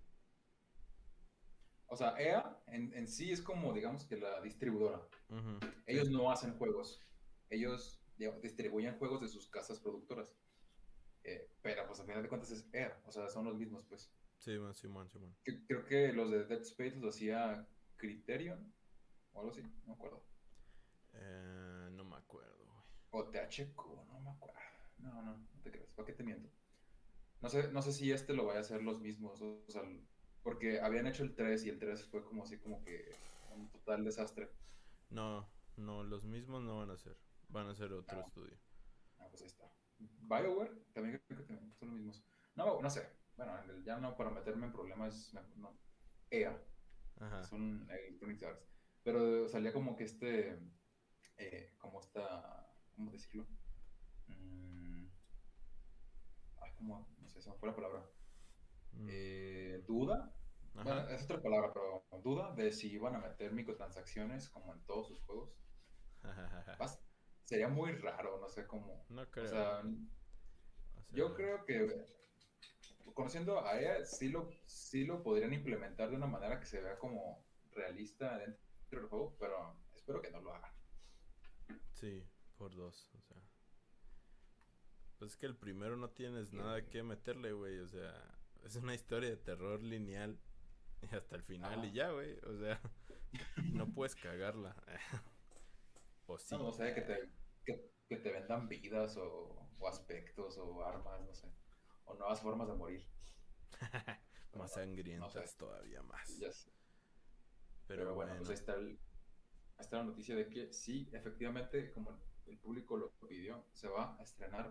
O sea, E A en, en sí es como, digamos que la distribuidora. Ujú, sí, Ellos no hacen juegos, ellos digamos, distribuyen juegos de sus casas productoras. Eh, pero pues al final de cuentas es E A, o sea, son los mismos, pues. sí, man, Simón, Simón. Que- Creo que los de Dead Space los hacía Criterion o algo así, no me acuerdo. Eh, no me acuerdo, güey. O T H Q, no me acuerdo. No, no, no te creas, ¿para qué te miento? No sé, no sé si este lo vaya a hacer los mismos, o sea, porque habían hecho el tres y el tres fue como así como que un total desastre. No, no, los mismos no van a ser, van a ser otro Ah, estudio. ah, pues ahí está. BioWare, también creo que también son los mismos. No, no sé. Bueno, en el- ya no para meterme en problemas, mejor no. E A, que Ajá, son Electronic Arts. Pero salía como que este, eh, como esta, ¿cómo decirlo? Mm, ay, como, no sé, se me fue la palabra. mm, Eh, duda, bueno, ajá, es otra palabra, pero duda de si iban a meter microtransacciones como en todos sus juegos. Vas- Sería muy raro, no sé cómo. no O creo, sea, o yo sea, creo que conociendo a ella, sí lo, sí lo podrían implementar de una manera que se vea como realista dentro del juego, pero espero que no lo hagan. sí, por dos, o sea. Pues es que el primero no tienes nada Eh, que meterle, güey, o sea, es una historia de terror lineal y hasta el final y ajá. ya, güey, o sea, no puedes cagarla. O No, sí, no sé, que te, que, que te vendan vidas o, o aspectos o armas, no sé. O nuevas formas de morir. Pero más no, no sé, sangrientas todavía más. ya sé. Pero Pero bueno, pues ahí bueno, está, el, ahí está la noticia de que sí, efectivamente, como el público lo pidió, se va a estrenar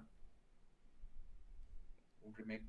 un remake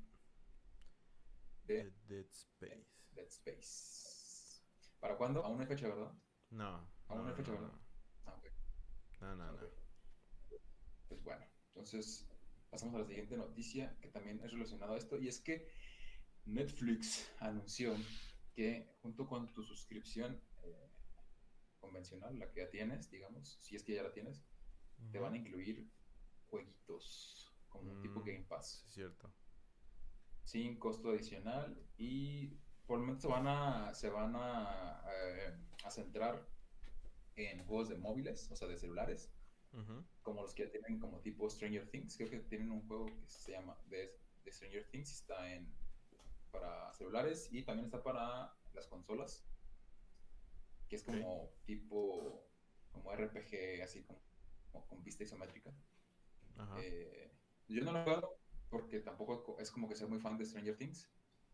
de The Dead Space. Dead Space. ¿Para cuándo? Aún no hay fecha, ¿verdad? No, Aún no no, hay fecha, no, ¿verdad? no, Ah, ok. no, no, Ok. no. Pues bueno, entonces pasamos a la siguiente noticia que también es relacionada a esto y es que Netflix anunció que junto con tu suscripción eh, convencional, la que ya tienes, digamos, si es que ya la tienes, te Ujú. van a incluir jueguitos como tipo Mm, Game sí, Pass, es cierto. sin costo adicional y por el momento se van a, se van a, eh, a centrar en juegos de móviles, o sea, de celulares, Ujú. como los que ya tienen como tipo Stranger Things. Creo que tienen un juego que se llama de, de Stranger Things, está en, para celulares y también está para las consolas, que es Ok. como tipo, como R P G, así como, como con vista isométrica. Ajá. Eh, yo no lo he jugado porque tampoco es como que soy muy fan de Stranger Things,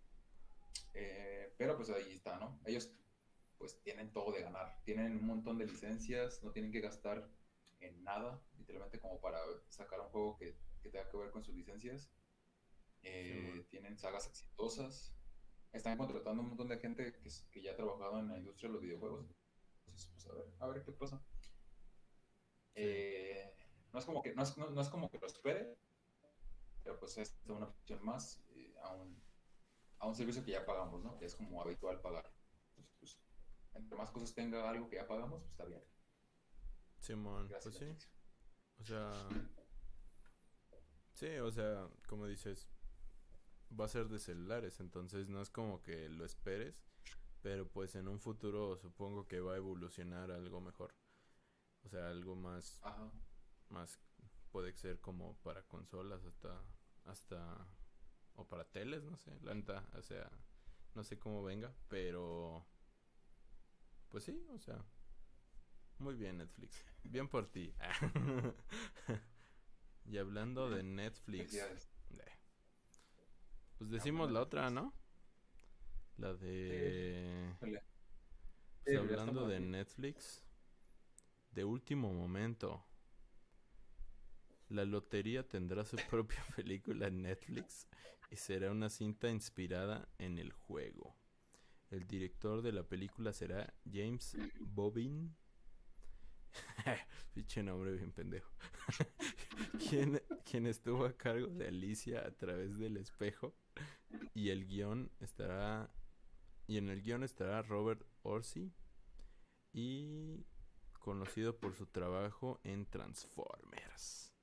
eh, pero pues ahí está, ¿no? Ellos pues tienen todo de ganar, tienen un montón de licencias, no tienen que gastar en nada, literalmente como para sacar un juego que, que tenga que ver con sus licencias. Simón. Eh, tienen sagas exitosas, están contratando un montón de gente que, que ya ha trabajado en la industria de los videojuegos. Entonces, pues a ver, a ver qué pasa. Sí. Eh, no, es como que, no, es, no, no es como que lo espere, pero pues es una opción más eh, a, un, a un servicio que ya pagamos, ¿no? Que es como habitual pagar. Entonces, pues, entre más cosas tenga algo que ya pagamos, pues está bien. Simón. Pues Gracias, sí. Netflix. O sea, sí, o sea, como dices, va a ser de celulares, entonces no es como que lo esperes, pero pues en un futuro supongo que va a evolucionar a algo mejor. O sea, algo más, Ajá. más puede ser como para consolas hasta, hasta, o para teles, no sé, la neta, o sea, no sé cómo venga, pero pues sí, o sea, muy bien Netflix, bien por ti. Y hablando de Netflix, Felicidades. eh, pues decimos Hablando la de otra, Netflix. ¿no? La Sí, de dale. Pues Sí, pues ya hablando estamos de aquí. Netflix, de último momento, la lotería tendrá su propia película en Netflix y será una cinta inspirada en el juego. El director de la película será James Bobbin. Pinche nombre bien pendejo. quien, quien estuvo a cargo de Alicia a través del espejo. Y el guión estará. Y en el guión estará Robert Orsi. Y conocido por su trabajo en Transformers.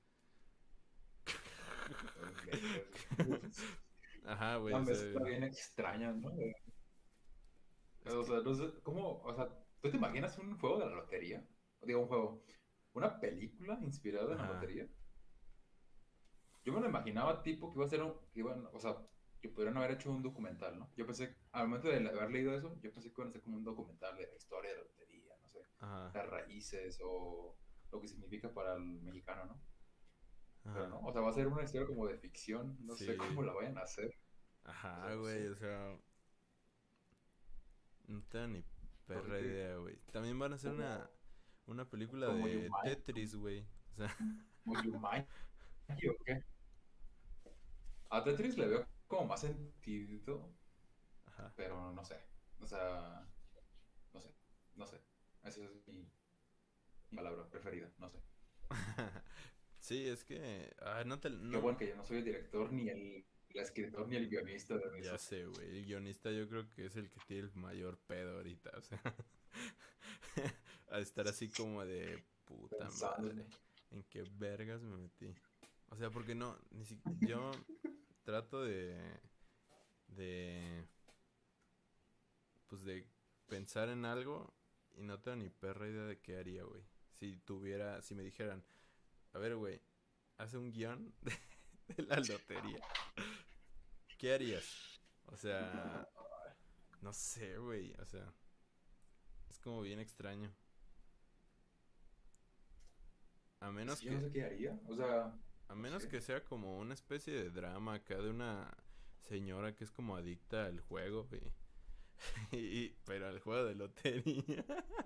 Ajá, güey. Una O sea, mezcla bien extraña, ¿no? es O que. sea, no sé, ¿cómo? O sea, ¿tú te imaginas un juego de la lotería? Digo, un juego, una película inspirada en la Ajá. lotería. Yo me lo imaginaba tipo que iba a ser un, que iban, o sea, que pudieran haber hecho un documental, ¿no? Yo pensé, al momento de haber leído eso, yo pensé que iban a ser como un documental de la historia de la lotería, no sé, Ajá. las raíces o lo que significa para el mexicano, ¿no? Pero Ajá. no, o sea, va a ser una historia como de ficción, no sé Sí. cómo la vayan a hacer, o sea, Ajá, no güey. sé, O sea, no tengo ni perra porque idea, güey. También van a hacer una, como, una película como de Yumai, Tetris, güey. O sea, como Yumai, ¿o qué? A Tetris le veo como más sentido, ajá. pero no sé, o sea, no sé, no sé, esa es mi, mi palabra preferida, no sé. Sí, es que. Ah, no te. Qué No. bueno que yo no soy el director, ni el, el escritor, ni el guionista de Ya eso. sé, güey. El guionista yo creo que es el que tiene el mayor pedo ahorita. O sea. A estar así como de. Puta Pensando madre. en... ¿En qué vergas me metí? O sea, porque no. Ni si, yo trato de. De. Pues de pensar en algo. Y no tengo ni perra idea de qué haría, güey. Si tuviera. Si me dijeran. A ver, güey. Hace un guión de, de la lotería. ¿Qué harías? O sea, no sé, güey. O sea, es como bien extraño. A Es menos que yo no que, sé qué haría, o sea, a no menos sé. que sea como una especie de drama acá de una señora que es como adicta al juego, güey. Y, pero al juego de lotería.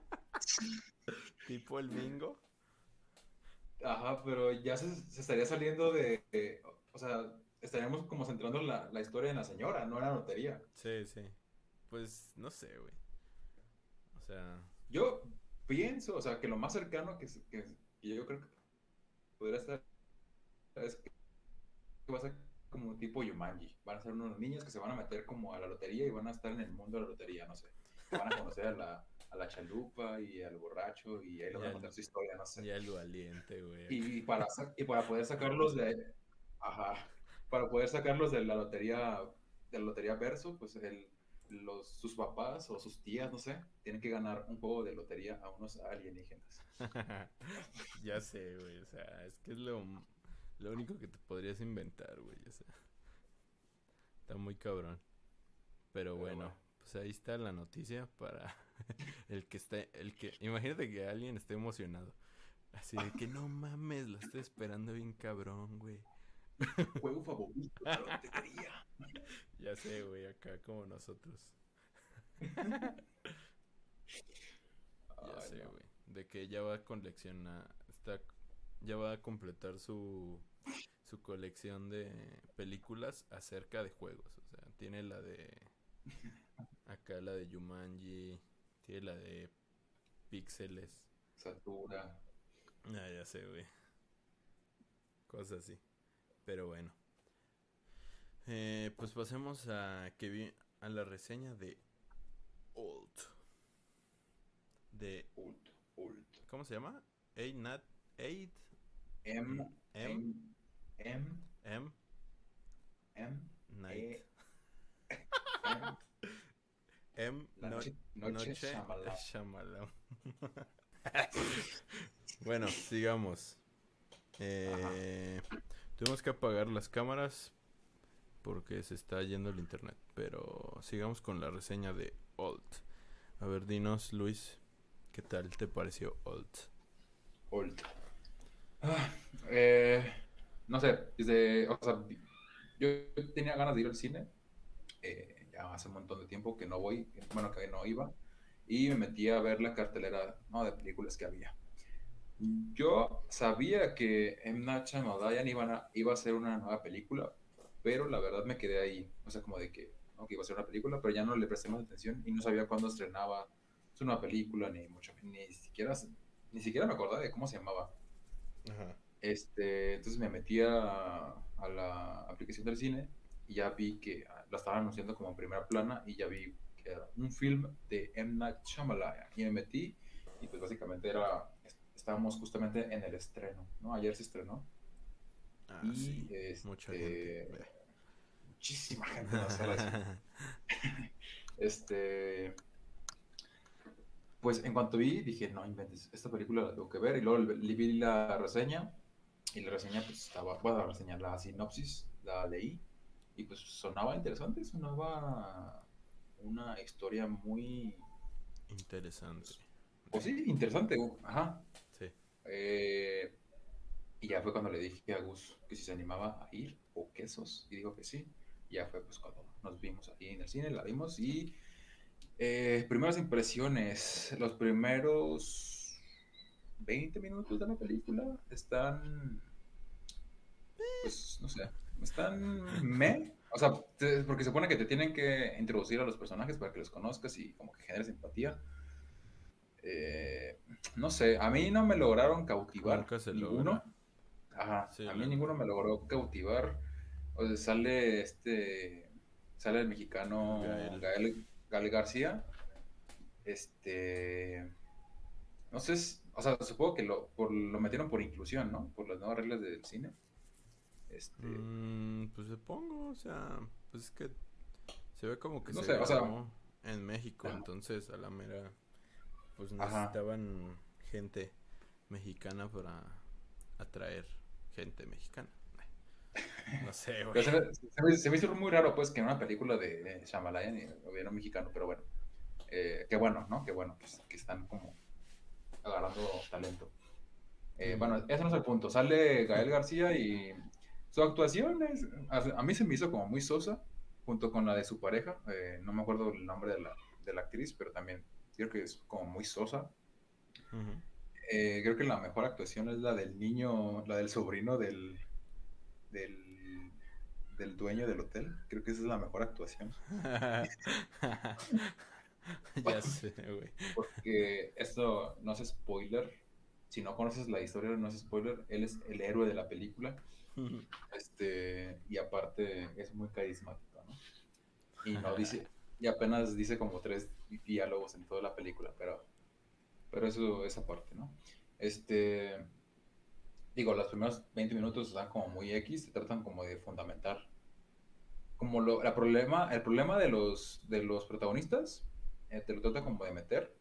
Tipo el bingo. Ajá, pero ya se, se estaría saliendo de, de- o sea, estaríamos como centrando la, la historia en la señora, no en la lotería. Sí, sí. Pues no sé, güey. O sea, Yo pienso, o sea, que lo más cercano que, se- que, que yo creo que podría estar es que va a ser como un tipo Yumanji. Van a ser unos niños que se van a meter como a la lotería y van a estar en el mundo de la lotería, no sé. Que van a conocer a la, a la chalupa y al borracho y ahí le van ya a el, contar su historia, no sé. ya el valiente, güey. Acá. Y, y para, sa- y para poder sacarlos de, ajá, para poder sacarlos de la lotería, de la lotería Verso, pues el, los, sus papás o sus tías, no sé, tienen que ganar un juego de lotería a unos alienígenas. Ya sé, güey. O sea, es que es lo, lo único que te podrías inventar, güey. O sea, está muy cabrón. Pero Pero bueno, bueno, pues ahí está la noticia para el que está, el que, imagínate que alguien esté emocionado. Así de que no mames, lo estoy esperando bien cabrón, güey. juego favorito, la lotería. Ya sé, güey, acá como nosotros. Ya Ay, sé, no. güey. De que ya va a coleccionar, está, ya va a completar su, su colección de películas acerca de juegos. O sea, tiene la de, acá la de Jumanji, tiene la de Píxeles. Satura. Ah, ya sé, güey. Cosas así. Pero bueno. Eh, pues pasemos a que vi a la reseña de Old. De. Ult, ult. ¿Cómo se llama? eight Nat. eight M, M. M, M, M. M, Night. E, M. M. La No, noche, noche noche. Shyamalan. Shyamalan. Bueno, sigamos. Ajá. Eh, tuvimos que apagar las cámaras porque se está yendo el internet. Pero sigamos con la reseña de Old. A ver, dinos, Luis, ¿qué tal te pareció Old? Ult. Ah, eh, no sé, desde, o sea, yo tenía ganas de ir al cine, eh, ya hace un montón de tiempo que no voy, bueno, que no iba, y me metí a ver la cartelera, ¿no? de películas que había. Yo sabía que M. Night Shyamalan iban a- iba a hacer una nueva película, pero la verdad me quedé ahí, o sea, como de que, ¿no? que iba a ser una película, pero ya no le presté más atención y no sabía cuándo estrenaba su nueva película, ni mucho, ni siquiera, ni siquiera me acordaba de cómo se llamaba. Ajá. Este, entonces me metí a, a la aplicación del cine y ya vi que ah, la estaban anunciando como en primera plana y ya vi que era un film de M. Night Shyamalan y me metí y pues básicamente era, est- estábamos justamente en el estreno, ¿no? Ayer se estrenó Ah, sí. y Mucha gente. este, Bleh. muchísima gente en la sala de cine. Este, pues en cuanto vi dije, no inventes, esta película la tengo que ver y luego le- vi la reseña. Y la reseña, pues estaba, bueno, la reseña, la sinopsis, la leí y pues sonaba interesante, sonaba una historia muy, Interesante. pues, pues De. sí, interesante, uh, ajá. Sí. Eh, y ya fue cuando le dije a Gus que si se animaba a ir o quesos, y dijo que sí. Y ya fue pues cuando nos vimos ahí en el cine, la vimos y eh, primeras impresiones, los primeros veinte minutos de la película están pues, no sé, están me, o sea, te- porque se supone que te tienen que introducir a los personajes para que los conozcas y como que generes empatía. Eh, no sé, a mí no me lograron cautivar Nunca se ninguno. logra. Ajá, Sí, a mí la ninguno neta. me logró cautivar. O sea, sale este, sale el mexicano Gael. Gael, Gael García. Este, no sé, si- o sea, supongo que lo, por, lo metieron por inclusión, ¿no? Por las nuevas reglas del cine. Este, Mm, pues supongo, o sea, pues es que se ve como que no se sé, o sea, grabó en México, ajá. entonces a la mera, pues Ajá. necesitaban gente mexicana para atraer gente mexicana. No sé, güey. Pero se me, se me- se me hizo muy raro, pues, que en una película de, de Shyamalan y hubiera un mexicano, pero bueno. Eh, qué bueno, ¿no? Qué bueno que, que están como agarrando talento. Eh, Ujú. bueno, ese no es el punto. Sale Gael García y su actuación es, a, a mí se me hizo como muy sosa, junto con la de su pareja. Eh, no me acuerdo el nombre de la, de la actriz, pero también creo que es como muy sosa. Ujú. Eh, creo que la mejor actuación es la del niño, la del sobrino del, del, del dueño del hotel. Creo que esa es la mejor actuación. Ya sé, güey. Porque esto no es spoiler. Si no conoces la historia, no es spoiler. Él es el héroe de la película. Este, y aparte es muy carismático, ¿no? Y no dice, y apenas dice como tres diálogos en toda la película, pero, pero eso, esa parte, ¿no? Este, digo, los primeros veinte minutos están como muy X, se tratan como de fundamentar. Como lo, la problema, el problema de los, de los protagonistas, eh, te lo trata como de meter.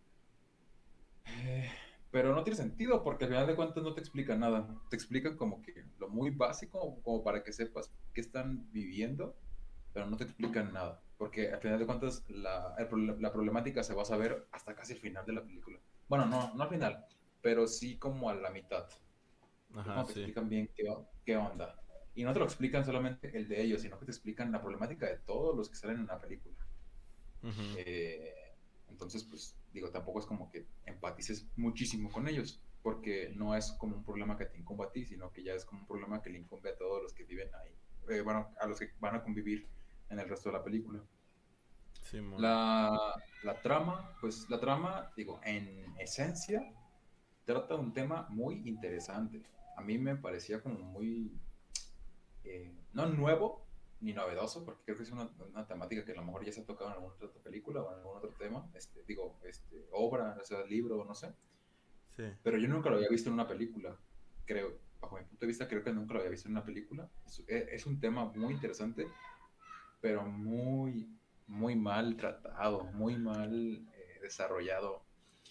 Eh, pero no tiene sentido porque al final de cuentas no te explican nada. Te explican como que lo muy básico, como para que sepas qué están viviendo, pero no te explican nada. Porque al final de cuentas la, el proble- la problemática se va a saber hasta casi el final de la película. Bueno, no, no al final, pero sí como a la mitad. Es Ajá, cuando te sí. explican bien qué, o- qué onda. Y no te lo explican solamente el de ellos, sino que te explican la problemática de todos los que salen en la película. Ujú. Eh, entonces, pues digo, tampoco es como que empatices muchísimo con ellos, porque no es como un problema que te incumbe a ti, sino que ya es como un problema que le incumbe a todos los que viven ahí, eh, bueno, a los que van a convivir en el resto de la película. Simón. La, la trama, pues la trama, digo, en esencia, trata un tema muy interesante. A mí me parecía como muy, eh, no nuevo ni novedoso, porque creo que es una, una, temática que a lo mejor ya se ha tocado en alguna otra película o en algún otro tema, este, digo, este, obra, o sea, libro, no sé, Sí. pero yo nunca lo había visto en una película, creo, bajo mi punto de vista, creo que nunca lo había visto en una película. Es, es un tema muy interesante, pero muy, muy mal tratado, muy mal eh, desarrollado.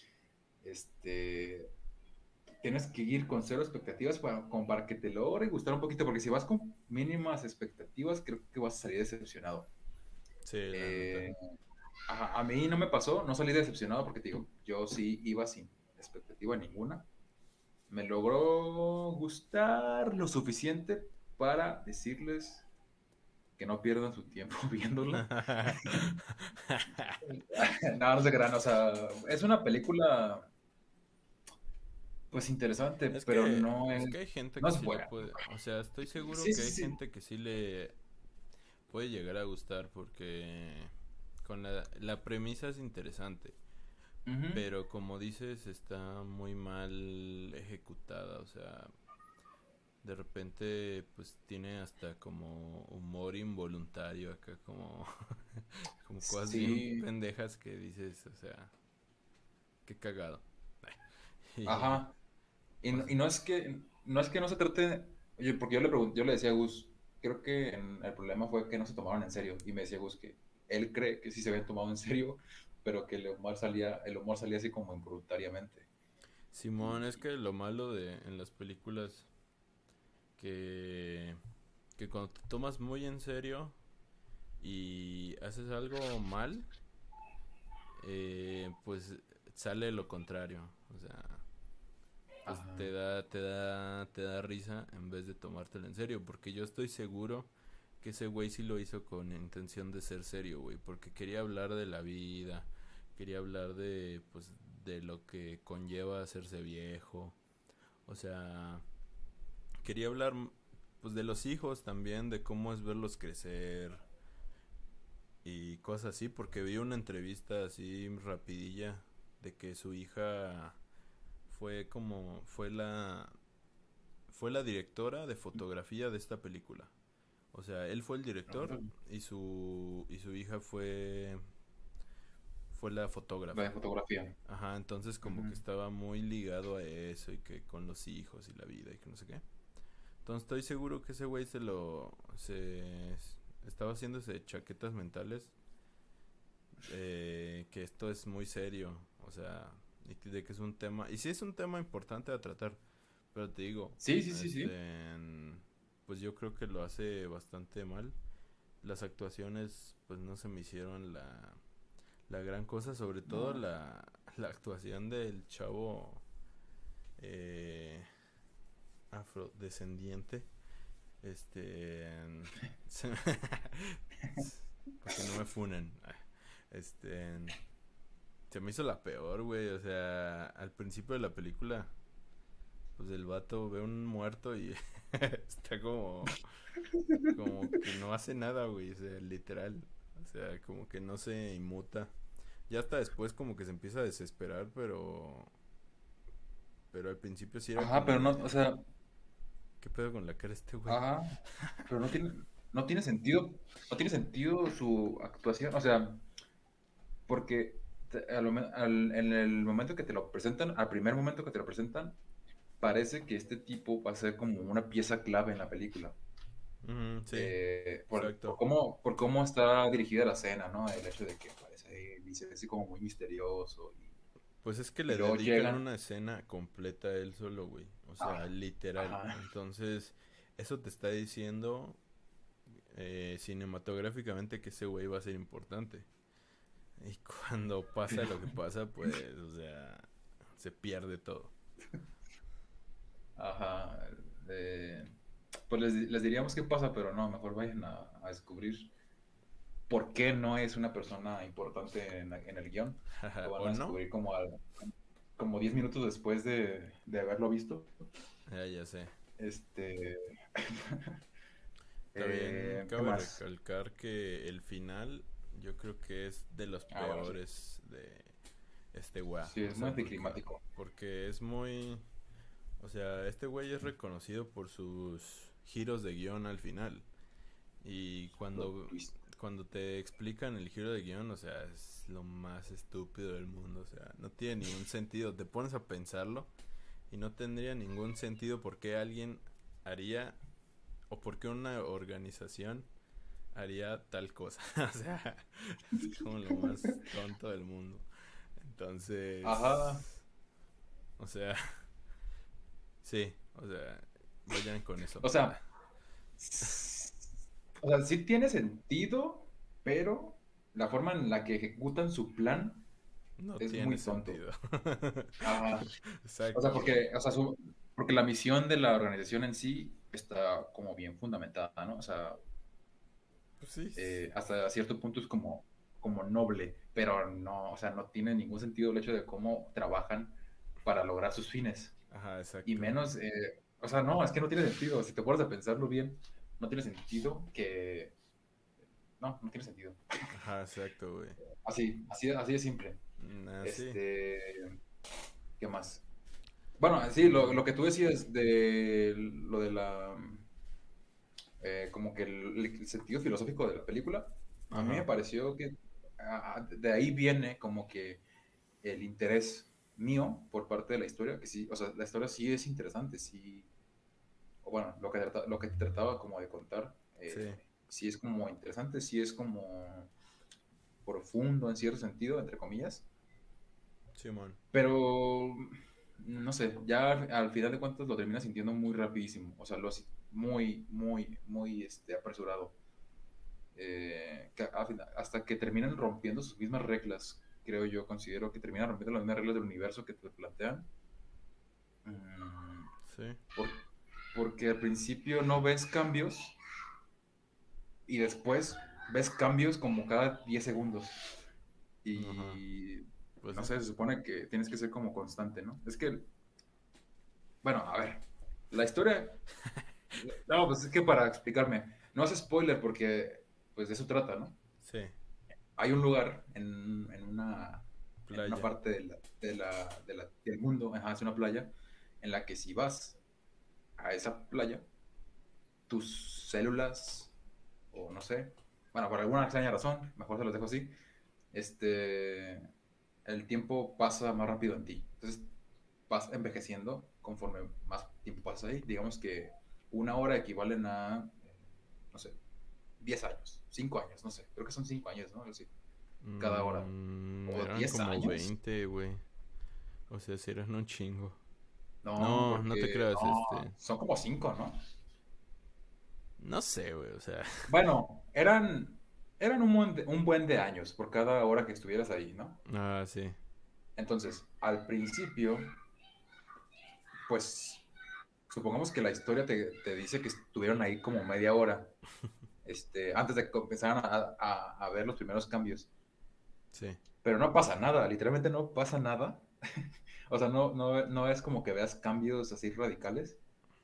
Este, tienes que ir con cero expectativas para, como para que te logre gustar un poquito, porque si vas con mínimas expectativas, creo que vas a salir decepcionado. Sí, la neta. Eh, a, a, mí no me pasó, no salí decepcionado porque te digo, yo sí iba sin expectativa ninguna. Me logró gustar lo suficiente para decirles que no pierdan su tiempo viéndola. No, no se crean, o sea, es una película, pues interesante, Es pero que, no es es, que hay gente no que es sí le buena. puede, o sea, estoy seguro Sí, que sí, hay sí. gente que sí le puede llegar a gustar porque con la, la premisa es interesante, Ujú. pero como dices está muy mal ejecutada, o sea, de repente pues tiene hasta como humor involuntario acá, como, como cosas bien Sí, pendejas que dices, o sea, qué cagado. Y, ajá. Y o no, sea, y no es que no es que no se trate, oye, porque yo le pregun- yo le decía a Gus, creo que en- el problema fue que no se tomaron en serio. Y me decía Gus que él cree que sí se habían tomado en serio, pero que el humor salía, el humor salía así como involuntariamente. Simón, es Y, que lo malo de en las películas que que cuando te tomas muy en serio y haces algo mal, eh, pues sale lo contrario, o sea, pues ajá. te da te da te da risa en vez de tomártelo en serio, porque yo estoy seguro que ese güey sí lo hizo con intención de ser serio, güey, porque quería hablar de la vida, quería hablar de pues de lo que conlleva hacerse viejo, o sea, quería hablar pues de los hijos también, de cómo es verlos crecer y cosas así, porque vi una entrevista así rapidilla de que su hija fue como fue la fue la directora de fotografía de esta película. O sea, él fue el director Órale. y su y su hija fue fue la La de fotógrafa. fotografía. Ajá, entonces como que Ujú. estaba muy ligado a eso y que con los hijos y la vida y que no sé qué. Entonces estoy seguro que ese güey se lo se estaba haciéndose chaquetas mentales, eh, que esto es muy serio, o sea, y de que es un tema, y sí es un tema importante a tratar, pero te digo, Sí, sí, sí, sí. este, pues yo creo que lo hace bastante mal. Las actuaciones, pues no se me hicieron la, la gran cosa, sobre todo No. la, la actuación del chavo, eh, afrodescendiente, este, se- para que no me funen, este, se me hizo la peor, güey. O sea, al principio de la película, pues el vato ve un muerto y está como, como que no hace nada, güey. O sea, literal. O sea, como que no se inmuta. Ya hasta después como que se empieza a desesperar, pero, pero al principio sí era Ajá, como pero no, de, o sea, ¿qué pedo con la cara de este güey? ajá, pero no tiene, no tiene sentido, no tiene sentido su actuación, o sea, porque te- al momen- al- en el momento que te lo presentan, al primer momento que te lo presentan, parece que este tipo va a ser como una pieza clave en la película. Ujú, sí, Eh, por, por exacto. cómo, por cómo está dirigida la escena, ¿no? El hecho de que aparece ahí y se ve así como muy misterioso y, Pues es que y le luego dedican llegan. una escena completa a él solo, güey. O sea, Ah, literal. ajá. Entonces, eso te está diciendo, eh, cinematográficamente, que ese güey va a ser importante. Y cuando pasa Pero, lo que pasa, pues, o sea, se pierde todo. ajá. eh, pues les, les diríamos qué pasa, pero no, mejor vayan a, a descubrir por qué no es una persona importante en, la- en el guión. Lo van ¿O a no? descubrir como, al- como diez minutos después de, de haberlo visto. Ya, ya sé. Este, También eh, ¿qué cabe más? recalcar que el final, yo creo que es de los Ah, bueno, sí. peores de este güey. Sí, O es muy sea, porque, anticlimático. porque es muy... O sea, este güey es reconocido por sus giros de guión al final. Y Plot cuando, twist. cuando te explican el giro de guión, o sea, es lo más estúpido del mundo. O sea, no tiene ningún sentido. Te pones a pensarlo y no tendría ningún sentido por qué alguien haría o por qué una organización haría tal cosa. O sea, es como lo más tonto del mundo. Ajá. Entonces, o sea, sí, o sea, vayan con eso. O sea, s- o sea, sí tiene sentido, pero la forma en la que ejecutan su plan No es tiene muy tonto. sentido. Ajá. O sea, Exacto, güey. porque, o sea, su- porque la misión de la organización en sí está como bien fundamentada, ¿no? O sea, Pues sí. Eh, hasta cierto punto es como, como noble, pero no, o sea, no tiene ningún sentido el hecho de cómo trabajan para lograr sus fines. Ajá, Y exacto. menos, eh, o sea, no, es que no tiene sentido. Si te pones a pensarlo bien, no tiene sentido que... No, no tiene sentido. Ajá, exacto, güey. Así, así, así de simple. Mm, Ah, sí. Este, ¿qué más? Bueno, sí, lo, lo que tú decías de lo de la, eh, como que el, el sentido filosófico de la película, a mí me Ajá. pareció que ah, de ahí viene como que el interés mío por parte de la historia, que sí, o sea, la historia sí es interesante, sí, o bueno, lo que, trata- lo que trataba como de contar, Sí. eh, sí es como interesante, sí es como profundo en cierto sentido, entre comillas, Simón. pero no sé, ya al, al final de cuentas lo terminas sintiendo muy rapidísimo, o sea, lo hace muy, muy, muy este, apresurado. Eh, que a final- hasta que terminan rompiendo sus mismas reglas, creo yo, considero que terminan rompiendo las mismas reglas del universo que te plantean. Mm, Sí. por- porque al principio no ves cambios y después ves cambios como cada diez segundos. Ajá. Y Pues no sí. sé, se supone que tienes que ser como constante, ¿no? Es que, bueno, a ver, la historia, no, pues es que para explicarme, no es spoiler porque pues de eso trata, ¿no? Sí. Hay un lugar en, en una, en una Playa. parte de la, de la, de la- del mundo, ajá, es una playa, en la que si vas a esa playa, tus células, o no sé, bueno, por alguna extraña razón, mejor se los dejo así, este, el tiempo pasa más rápido en ti. Entonces vas envejeciendo conforme más tiempo pasas ahí. Digamos que una hora equivalen a, eh, no sé, diez años, cinco años, no sé, creo que son cinco años, ¿no? Algo así, cada hora. Mm, ¿O eran diez como años? veinte, güey. O sea, si eran un chingo. No, No, no te porque creas, no, este. son como cinco, ¿no? No sé, güey, o sea. Bueno, eran, eran un buen, de, un buen de años por cada hora que estuvieras ahí, ¿no? Ah, sí. Entonces, al principio, pues, supongamos que la historia te, te dice que estuvieron ahí como media hora, este, antes de que empezaran a, a, a ver los primeros cambios. Sí. Pero no pasa nada, literalmente no pasa nada. O sea, no, no, no es como que veas cambios así radicales.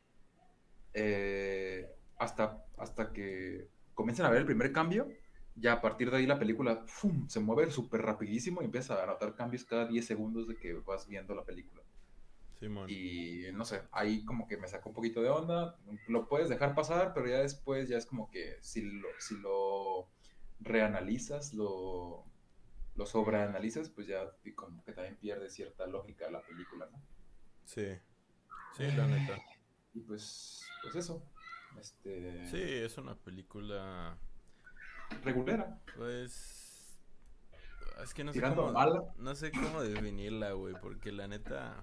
eh, hasta, hasta que comiencen a ver el primer cambio, ya a partir de ahí la película ¡fum! Se mueve súper rapidísimo y empiezas a notar cambios cada diez segundos de que vas viendo la película. Simón. Y no sé, ahí como que me sacó un poquito de onda. Lo puedes dejar pasar, pero ya después ya es como que si lo, si lo reanalizas, lo, lo sobreanalizas, pues ya como que también pierde cierta lógica la película, ¿no? Sí. Sí, la neta. Y pues, pues eso, Sí, este, es una película. regulera, Pues. Es que no sé tirando a cómo. mala. No sé cómo definirla, güey. Porque la neta.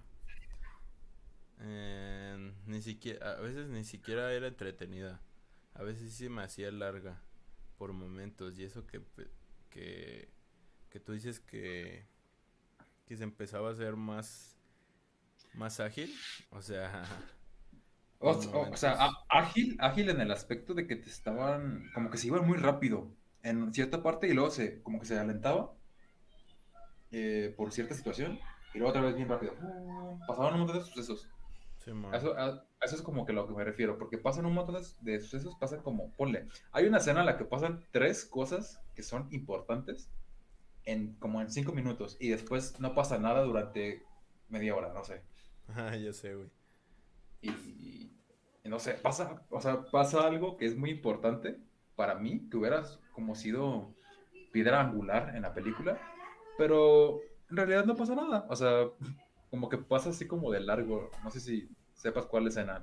eh, ni siquiera. A veces ni siquiera era entretenida. A veces sí me hacía larga. Por momentos. Y eso que. pe- Que. Que tú dices que. Que se empezaba a hacer más. Más ágil. O sea. O, Por o- o sea, momentos. á- ágil, ágil en el aspecto de que te estaban, como que se iban muy rápido en cierta parte y luego se, como que se alentaba eh, por cierta situación y luego otra vez bien rápido. Uh, Pasaban un montón de sucesos. A Simón. Eso, a, a eso es como que lo que me refiero, porque pasan un montón de, de sucesos, pasan como, ponle, hay una escena en la que pasan tres cosas que son importantes en como en cinco minutos y después no pasa nada durante media hora, no sé. Ah, ya sé, güey. Y, y no sé, pasa, o sea, pasa algo que es muy importante para mí, que hubieras como sido piedra angular en la película, pero en realidad no pasa nada, o sea, como que pasa así como de largo, no sé si sepas cuál escena,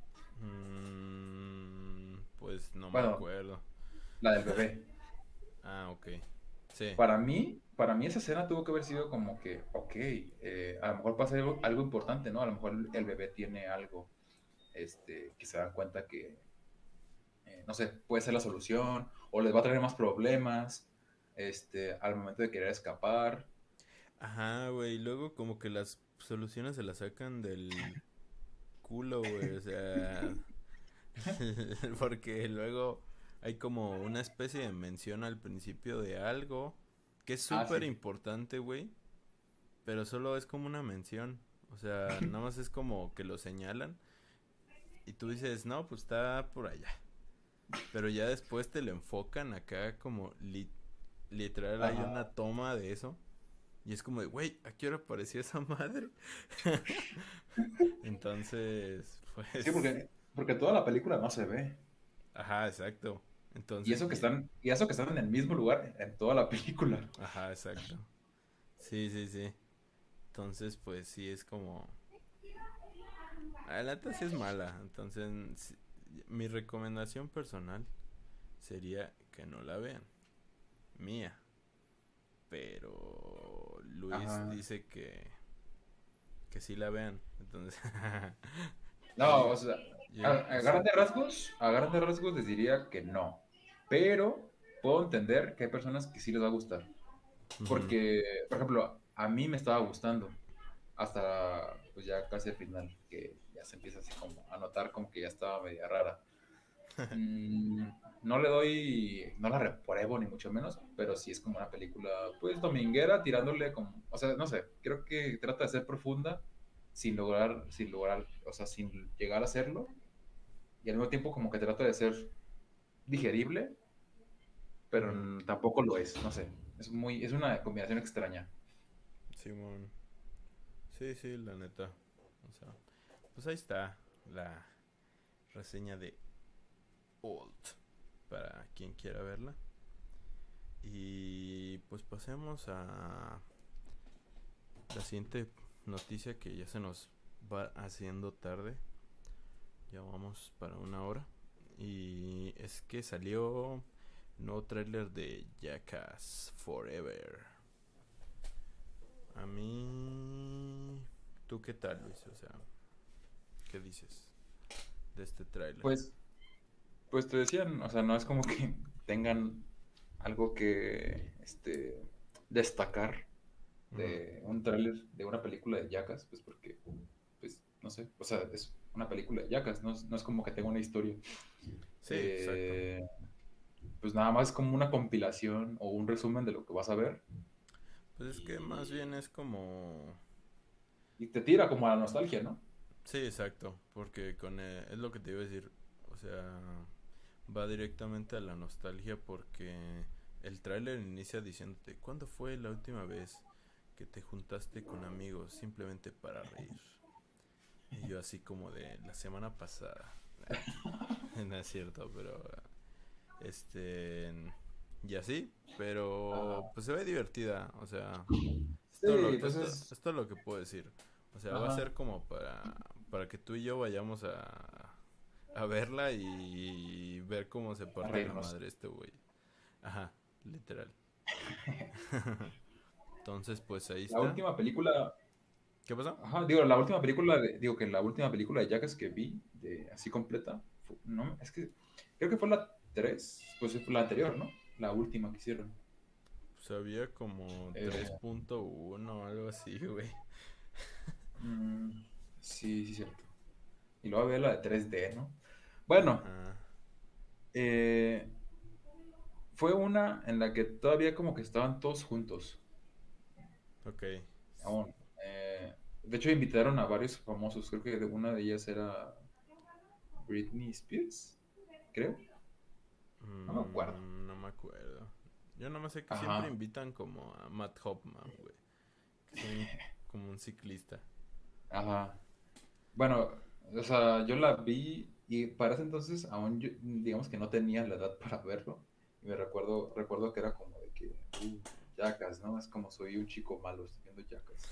Mm, pues no me bueno, acuerdo. la del bebé. Ah, ok. Sí. Para mí, para mí esa escena tuvo que haber sido como que, ok, eh, a lo mejor pasa algo, algo importante, ¿no? A lo mejor el bebé tiene algo, este, que se dan cuenta que eh, no sé, puede ser la solución, o les va a traer más problemas, este, al momento de querer escapar. Ajá, güey. Y luego como que las soluciones se las sacan del culo, güey. O sea, porque luego hay como una especie de mención al principio de algo que es Ah, súper sí. importante, güey, pero solo es como una mención. O sea, nada más es como que lo señalan y tú dices, no, pues está por allá. Pero ya después te lo enfocan acá como li- literal hay una Ajá. toma de eso. Y es como de, güey, ¿a qué hora apareció esa madre? Entonces, Sí, pues, porque, porque toda la película no se ve. ajá, exacto. Y Entonces, eso que ye- están, y eso que están en el mismo lugar en toda la película. ajá, exacto. Sí, sí, sí. Entonces, pues sí es como, la neta sí es mala. Entonces, sí- mi recomendación personal sería que no la vean. Mía. Pero Luis Ajá. dice que, que sí la vean. Entonces, yo No, digo, o sea, a, yo, a o sea, grandes rasgos, a grandes rasgos les diría que no. Pero puedo entender que hay personas que sí les va a gustar. ujú, Porque, por ejemplo, a mí me estaba gustando hasta pues ya casi al final, que ya se empieza así como a notar como que ya estaba media rara. Mm, no le doy, no la repruebo ni mucho menos, pero sí es como una película, pues dominguera, tirándole como, o sea, no sé, creo que trata de ser profunda sin lograr, sin lograr, o sea, sin llegar a serlo, y al mismo tiempo como que trata de ser digerible, pero ujú, mm, tampoco lo es, no sé, es muy, es una combinación extraña. Simón. Sí, sí, la neta. O sea, pues ahí está la reseña de Old para quien quiera verla. Y pues pasemos a la siguiente noticia que ya se nos va haciendo tarde. Ya vamos para una hora. Y es que salió el nuevo tráiler de Jackass Forever. A mí... ¿Tú qué tal, Luis? O sea, ¿qué dices de este tráiler? Pues, pues te decían, o sea, no es como que tengan algo que, este, destacar Ujú. de un tráiler de una película de Jackass, pues porque, pues, no sé, o sea, es una película de Jackass, no, es- no es como que tenga una historia. Sí, exacto. Eh, pues nada más es como una compilación o un resumen de lo que vas a ver Pues es que más y, bien es como... y te tira como a la nostalgia, ¿no? Sí, exacto, porque con el- es lo que te iba a decir, o sea, va directamente a la nostalgia porque el tráiler inicia diciéndote, ¿cuándo fue la última vez que te juntaste con amigos simplemente para reír? Y yo así como de la semana pasada. No es cierto, pero este y así, pero Ajá. pues se ve divertida, o sea, es todo Sí, lo, pues esto, es, es todo lo que puedo decir. O sea, va a ajá, ser como para, para que tú y yo vayamos a, a verla y ver cómo se a parte la reírnos. madre este güey. Ajá, literal. Entonces, pues ahí La está. última película, ¿Qué pasó? ajá, digo, la última película, de- digo que la última película de Jackass que vi, de, así completa, fu- no, es que creo que fue la tres pues fue la anterior, ¿no? La última que hicieron. Pues había como tres Eh, punto uno o algo así, güey. mm, sí, sí, cierto. Y luego había la de tres D, ¿no? Bueno, Ajá, eh, fue una en la que todavía como que estaban todos juntos, ok. aún. Eh, de hecho, invitaron a varios famosos, creo que de- una de ellas era Britney Spears, creo, no me acuerdo. Mm, no me acuerdo. Yo nada más sé que siempre Ajá, invitan como a Matt Hoffman, güey. Que es un, como un ciclista. ajá. Bueno, o sea, yo la vi y para ese entonces aún yo, digamos que no tenía la edad para verlo. Y me recuerdo, recuerdo que era como de que, uh, Jackass, ¿no? Es como soy un chico malo, estoy viendo Jackass.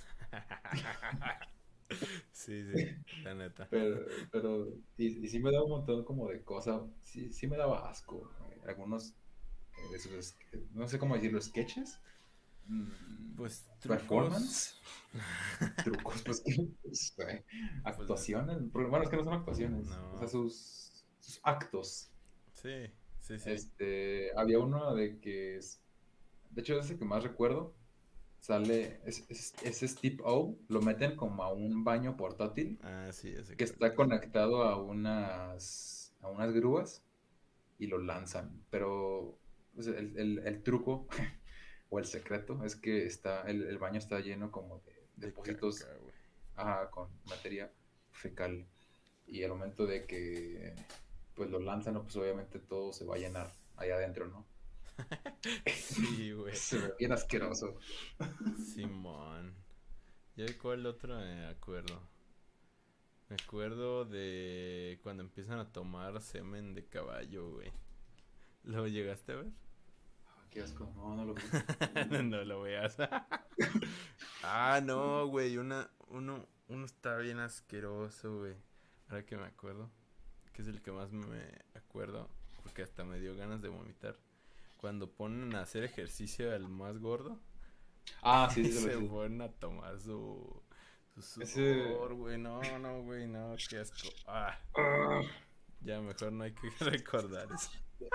Sí, sí, la neta. Pero, pero, y, y sí me daba un montón como de cosas, sí, sí me daba asco. eh, algunos eh, de sus, sk- no sé cómo decirlo, sketches, mm, Pues trucos. performance, trucos, pues, ¿qué? Pues, eh, Pues actuaciones, porque, bueno, es que no son actuaciones, o sea, no. sus, sus actos. Sí, sí, sí. Este, había uno de que, es- de hecho, es el que más recuerdo, sale, es, es, ese Steve O, lo meten como a un baño portátil Ah, sí, ese que creo está que sí. conectado a unas, a unas grúas y lo lanzan. Pero pues, el, el, el truco o el secreto es que está, el, el baño está lleno como de De depósitos, caca, güey. ajá, con materia fecal. Y al momento de que pues lo lanzan, pues obviamente todo se va a llenar allá adentro, ¿no? Sí, güey. Se ve bien asqueroso. Simón. ¿Ya de cuál otro me acuerdo? Me acuerdo de cuando empiezan a tomar semen de caballo, güey. ¿Lo llegaste a ver? Ah, qué asco, no, no lo vi. No lo veas. Ah, no, güey. Una, uno, uno está bien asqueroso, güey. Ahora que me acuerdo. Que es el que más me acuerdo. Porque hasta me dio ganas de vomitar. Cuando ponen a hacer ejercicio al más gordo. Ah, sí, Y sí, se se lo vi. ponen a tomar su, su Ese... sudor, güey. No, no, güey, no. Qué asco. Ah, Ah, ya mejor no hay que recordar eso.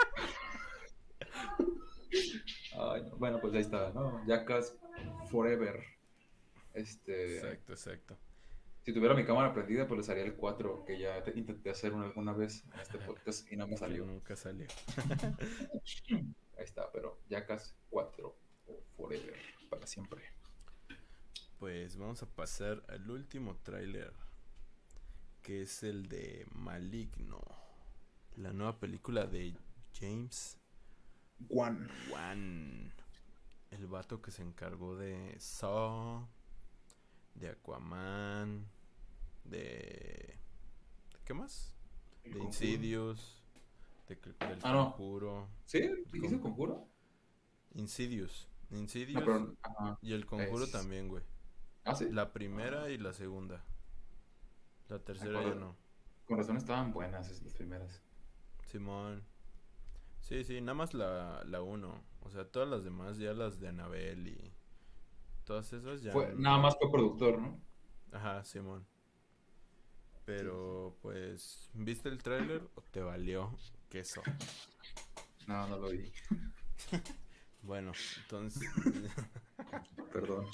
ay, no. Bueno, pues ahí está, ¿no? Jackass Forever. Este... Exacto, exacto. Si tuviera mi cámara prendida, pues les haría el cuatro que ya te- intenté hacer una, alguna vez en este podcast y no me Que salió. nunca salió. Ahí está, pero Jackass cuatro o Forever, para siempre. Pues vamos a pasar al último tráiler, que es el de Maligno, la nueva película de James One. Wan, el vato que se encargó de Saw, de Aquaman, de... ¿qué más? El De Conjuro. Insidious, de, del Ah, no. Conjuro. ¿Sí? El ¿Hizo Conju- Conjuro? Insidious, No, Insidious pero... Ajá. y el Conjuro Es... también, güey. Ah, sí. La primera y la segunda. La Ay, tercera con, ya ra- no. con razón estaban buenas es- las primeras. Simón. Sí, sí, nada más la, la uno. O sea, todas las demás, ya las de Anabel y todas esas ya... Fue, n- nada más fue productor, ¿no? Ajá, Simón. Sí, sí. Pero, pues, ¿viste el tráiler o te valió queso? No, no lo vi. Bueno, entonces, Perdón.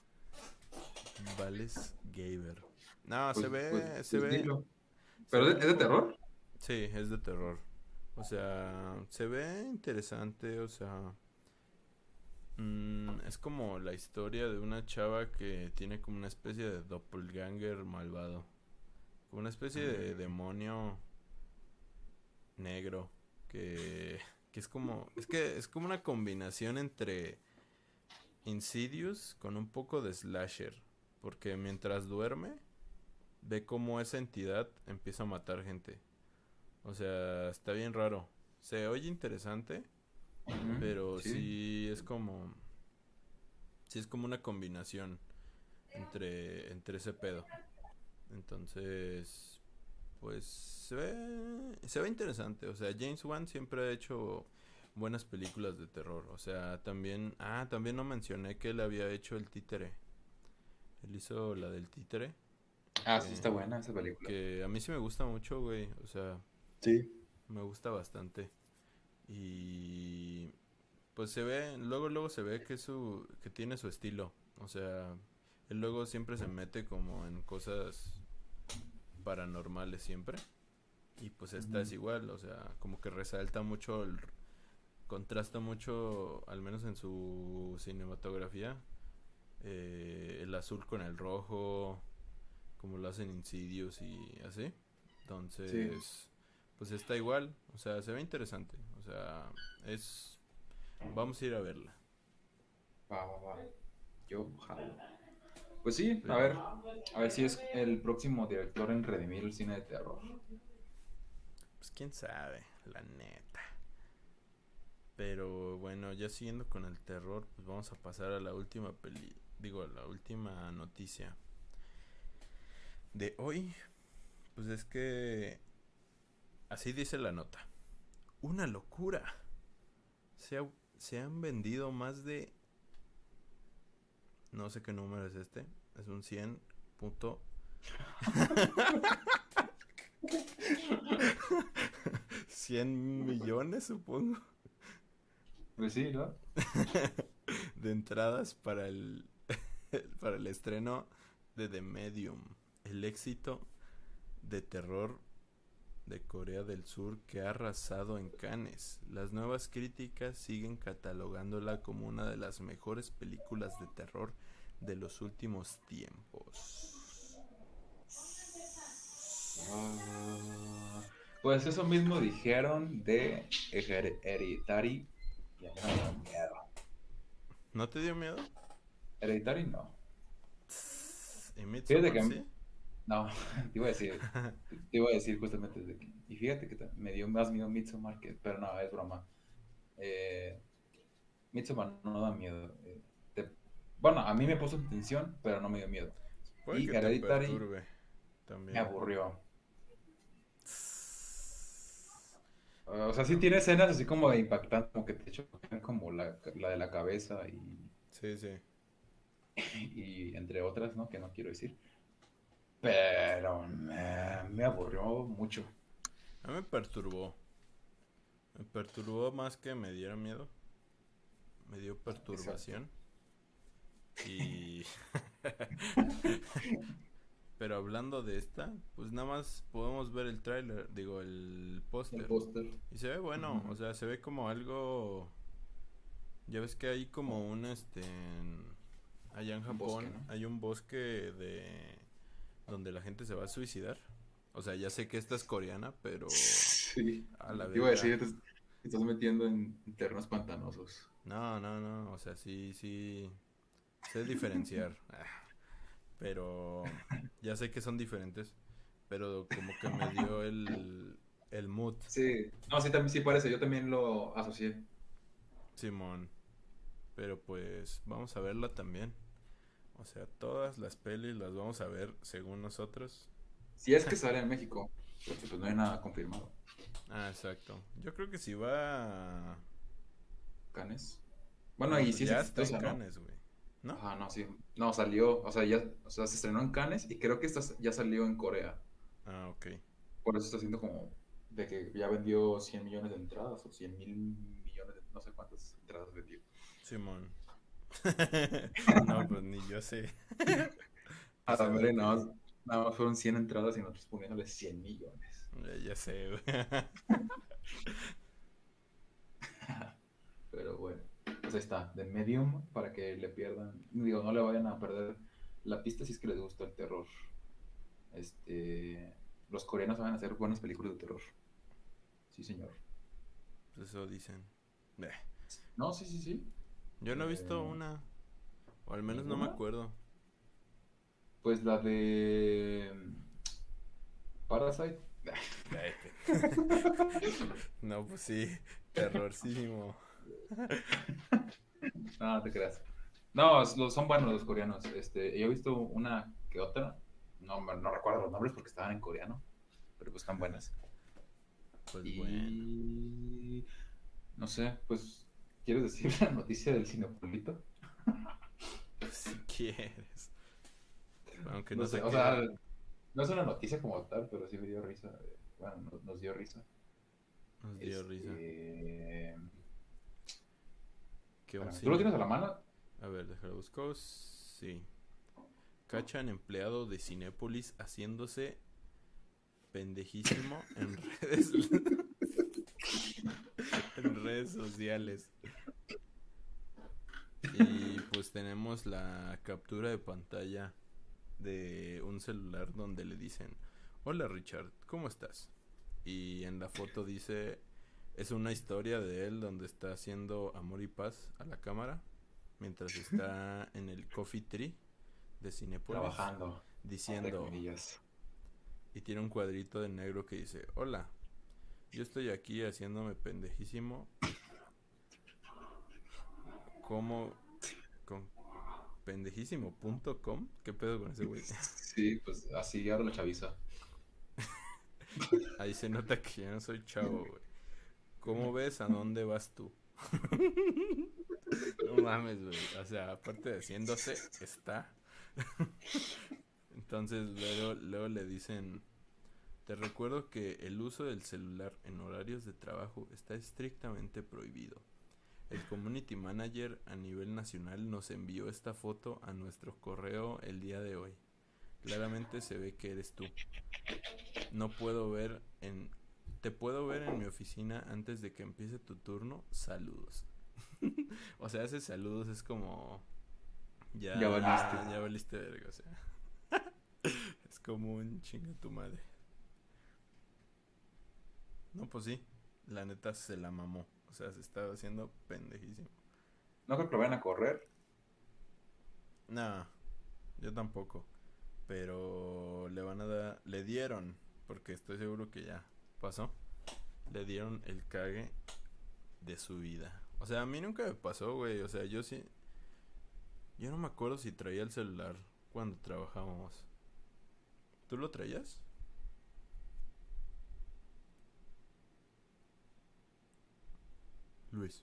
Vales Gaber. No, Pues, se ve, pues, se pues ve, dilo. se ¿Pero ve es de, es de algo... terror? Sí, es de terror. O sea, se ve interesante, o sea... mm, es como la historia de una chava que tiene como una especie de doppelganger malvado. Como una especie de Mm, demonio negro que, que es como... Es que es como una combinación entre Insidious con un poco de slasher. Porque mientras duerme, ve cómo esa entidad empieza a matar gente. O sea, está bien raro. Se oye interesante, ujú, pero sí. sí es como... Sí es como una combinación entre, entre ese pedo. Entonces, pues se ve, se ve interesante. O sea, James Wan siempre ha hecho buenas películas de terror. O sea, también... Ah, también no mencioné que él había hecho El Títere. Él hizo la del Títere. Ah, sí, está Que, buena esa película. que a mí sí me gusta mucho, güey. O sea, Sí. me gusta bastante. Y pues se ve, luego luego se ve que su que tiene su estilo. O sea, él luego siempre se mete como en cosas paranormales siempre. Y pues esta es Ujú. igual, o sea, como que resalta mucho el contrasta mucho, al menos en su cinematografía, eh, el azul con el rojo, como lo hacen Insidious y así. Sí. Entonces, pues está igual, o sea, se ve interesante. O sea, es... Vamos a ir a verla. Va, va, va. Yo jalo. Pues sí, a Pero, ver. A ver si es el próximo director en redimir el cine de terror. pues quién sabe, la neta. Pero bueno, ya siguiendo con el terror, pues vamos a pasar a la última peli, digo, a la última noticia de hoy. Pues es que así dice la nota. Una locura. Se, ha- se han vendido más de... No sé qué número es este. Es un cien punto... cien millones, supongo. Pues sí, ¿no? De entradas para el... para el estreno de The Medium. El éxito de terror de Corea del Sur que ha arrasado en Cannes. Las nuevas críticas siguen catalogándola como una de las mejores películas de terror de los últimos tiempos. Ah, pues eso mismo dijeron de Her- Hereditary. Y a mí no me dio miedo. ¿No te dio miedo? Hereditary no. ¿Y Fíjate Midsommar que sí? no, te iba a decir, te iba a decir justamente de que, y fíjate que ta- me dio más miedo Midsommar que, pero no, es broma. Eh, Midsommar no da miedo. eh, te- bueno, a mí me puso en tensión, pero no me dio miedo. Puede Y que te Hereditary perturbe me también. aburrió. O sea, sí tiene escenas así como de impactantes, como que te chocan como la, la de la cabeza y, Sí, sí. y entre otras, ¿no? Que no quiero decir. Pero me, me aburrió mucho. A mí me perturbó. Me perturbó más que me diera miedo. Me dio Exacto. perturbación. Y... Pero hablando de esta, pues nada más podemos ver el tráiler, digo, el El póster. póster. Y se ve bueno, o Ujú. sea, se ve como algo... Ya ves que hay como un, este... en- Allá en Un bosque, Japón ¿no? hay un bosque de... donde la gente se va a suicidar. O sea, ya sé que esta es coreana, pero... Sí, A la te iba a verga. decir, te, te estás metiendo en terrenos pantanosos. No, no, no, o sea, sí, sí... Sé diferenciar. Ah, pero... Ya sé que son diferentes. Pero como que me dio el... El mood, Sí, no, sí, también sí parece, yo también lo asocié. Simón. Pero pues vamos a verla también. O sea, todas las pelis las vamos a ver según nosotros. Si es que sale en México, porque pues no hay nada confirmado. Ah, exacto. Yo creo que si va... Canes. Bueno, No, y pues sí es ya está en exitosa, ¿no? Cannes, güey. ¿No? Ajá, no, sí. No, salió, o sea, ya, o sea, se estrenó en Cannes y creo que esta ya salió en Corea. Ah, ok. Por eso está haciendo como de que ya vendió cien millones de entradas o cien mil millones de, no sé cuántas entradas vendió. Simón. No, pues ni yo sé. A Ese la madre, nada dato. más, nada más fueron cien entradas y nosotros poniéndole cien millones. Ya, ya sé, güey. Pero bueno, pues ahí está, de Medium, para que le pierdan, digo, no le vayan a perder la pista si es que les gusta el terror. Este, los coreanos van a hacer buenas películas de terror. Sí, señor. Pues eso dicen. Eh, No, sí, sí, sí. Yo no he visto Eh, una. O al menos no me ¿Ninguna? acuerdo. Pues la de Parasite. Ay, pe- No, pues sí. Terrorísimo. No, no te creas. No, es- los- son buenos los coreanos. Este, yo he visto una que otra. No, me- no recuerdo los nombres porque estaban en coreano, pero pues están buenas. Pues bueno. Y no sé, pues, ¿quieres decir la noticia del Cinepolito? Pues si quieres. Aunque No no sé, sé o qué sea, era. no es una noticia como tal, pero sí me dio risa. eh, Bueno, nos, nos dio risa. Nos dio risa. Este, Que un espérame, ¿tú lo cine. tienes a la mano? A ver, déjalo busco. Sí. Cachan empleado de Cinépolis haciéndose pendejísimo en redes en redes sociales. Y pues tenemos la captura de pantalla de un celular donde le dicen, hola Richard, ¿cómo estás? Y en la foto dice, es una historia de él donde está haciendo amor y paz a la cámara mientras está en el Coffee Tree de Cinépolis Trabajando, entre diciendo, comillas. y tiene un cuadrito de negro que dice, hola, yo estoy aquí haciéndome pendejísimo como con pendejísimo punto com. ¿Qué pedo con ese güey? Sí, pues así ahora la chaviza. Ahí se nota que yo no soy chavo, güey. ¿Cómo ves a dónde vas tú? No mames, güey. O sea, aparte de haciéndose, está. Entonces luego, luego le dicen, te recuerdo que el uso del celular en horarios de trabajo está estrictamente prohibido. El community manager a nivel nacional nos envió esta foto a nuestro correo el día de hoy. Claramente se ve que eres tú. no puedo ver en... Te puedo ver en mi oficina antes de que empiece tu turno. Saludos. O sea, ese saludos es como... Ya, Ya valiste. ya valiste verga, o sea. Es como un chinga tu madre. No, pues sí. La neta se la mamó. O sea, se estaba haciendo pendejísimo. No creo que lo vayan a correr. No, yo tampoco. Pero le van a dar... Le dieron, porque estoy seguro que ya pasó. Le dieron el cague de su vida. O sea, a mí nunca me pasó, güey. O sea, yo sí... Yo no me acuerdo si traía el celular cuando trabajábamos. ¿Tú lo traías? Luis.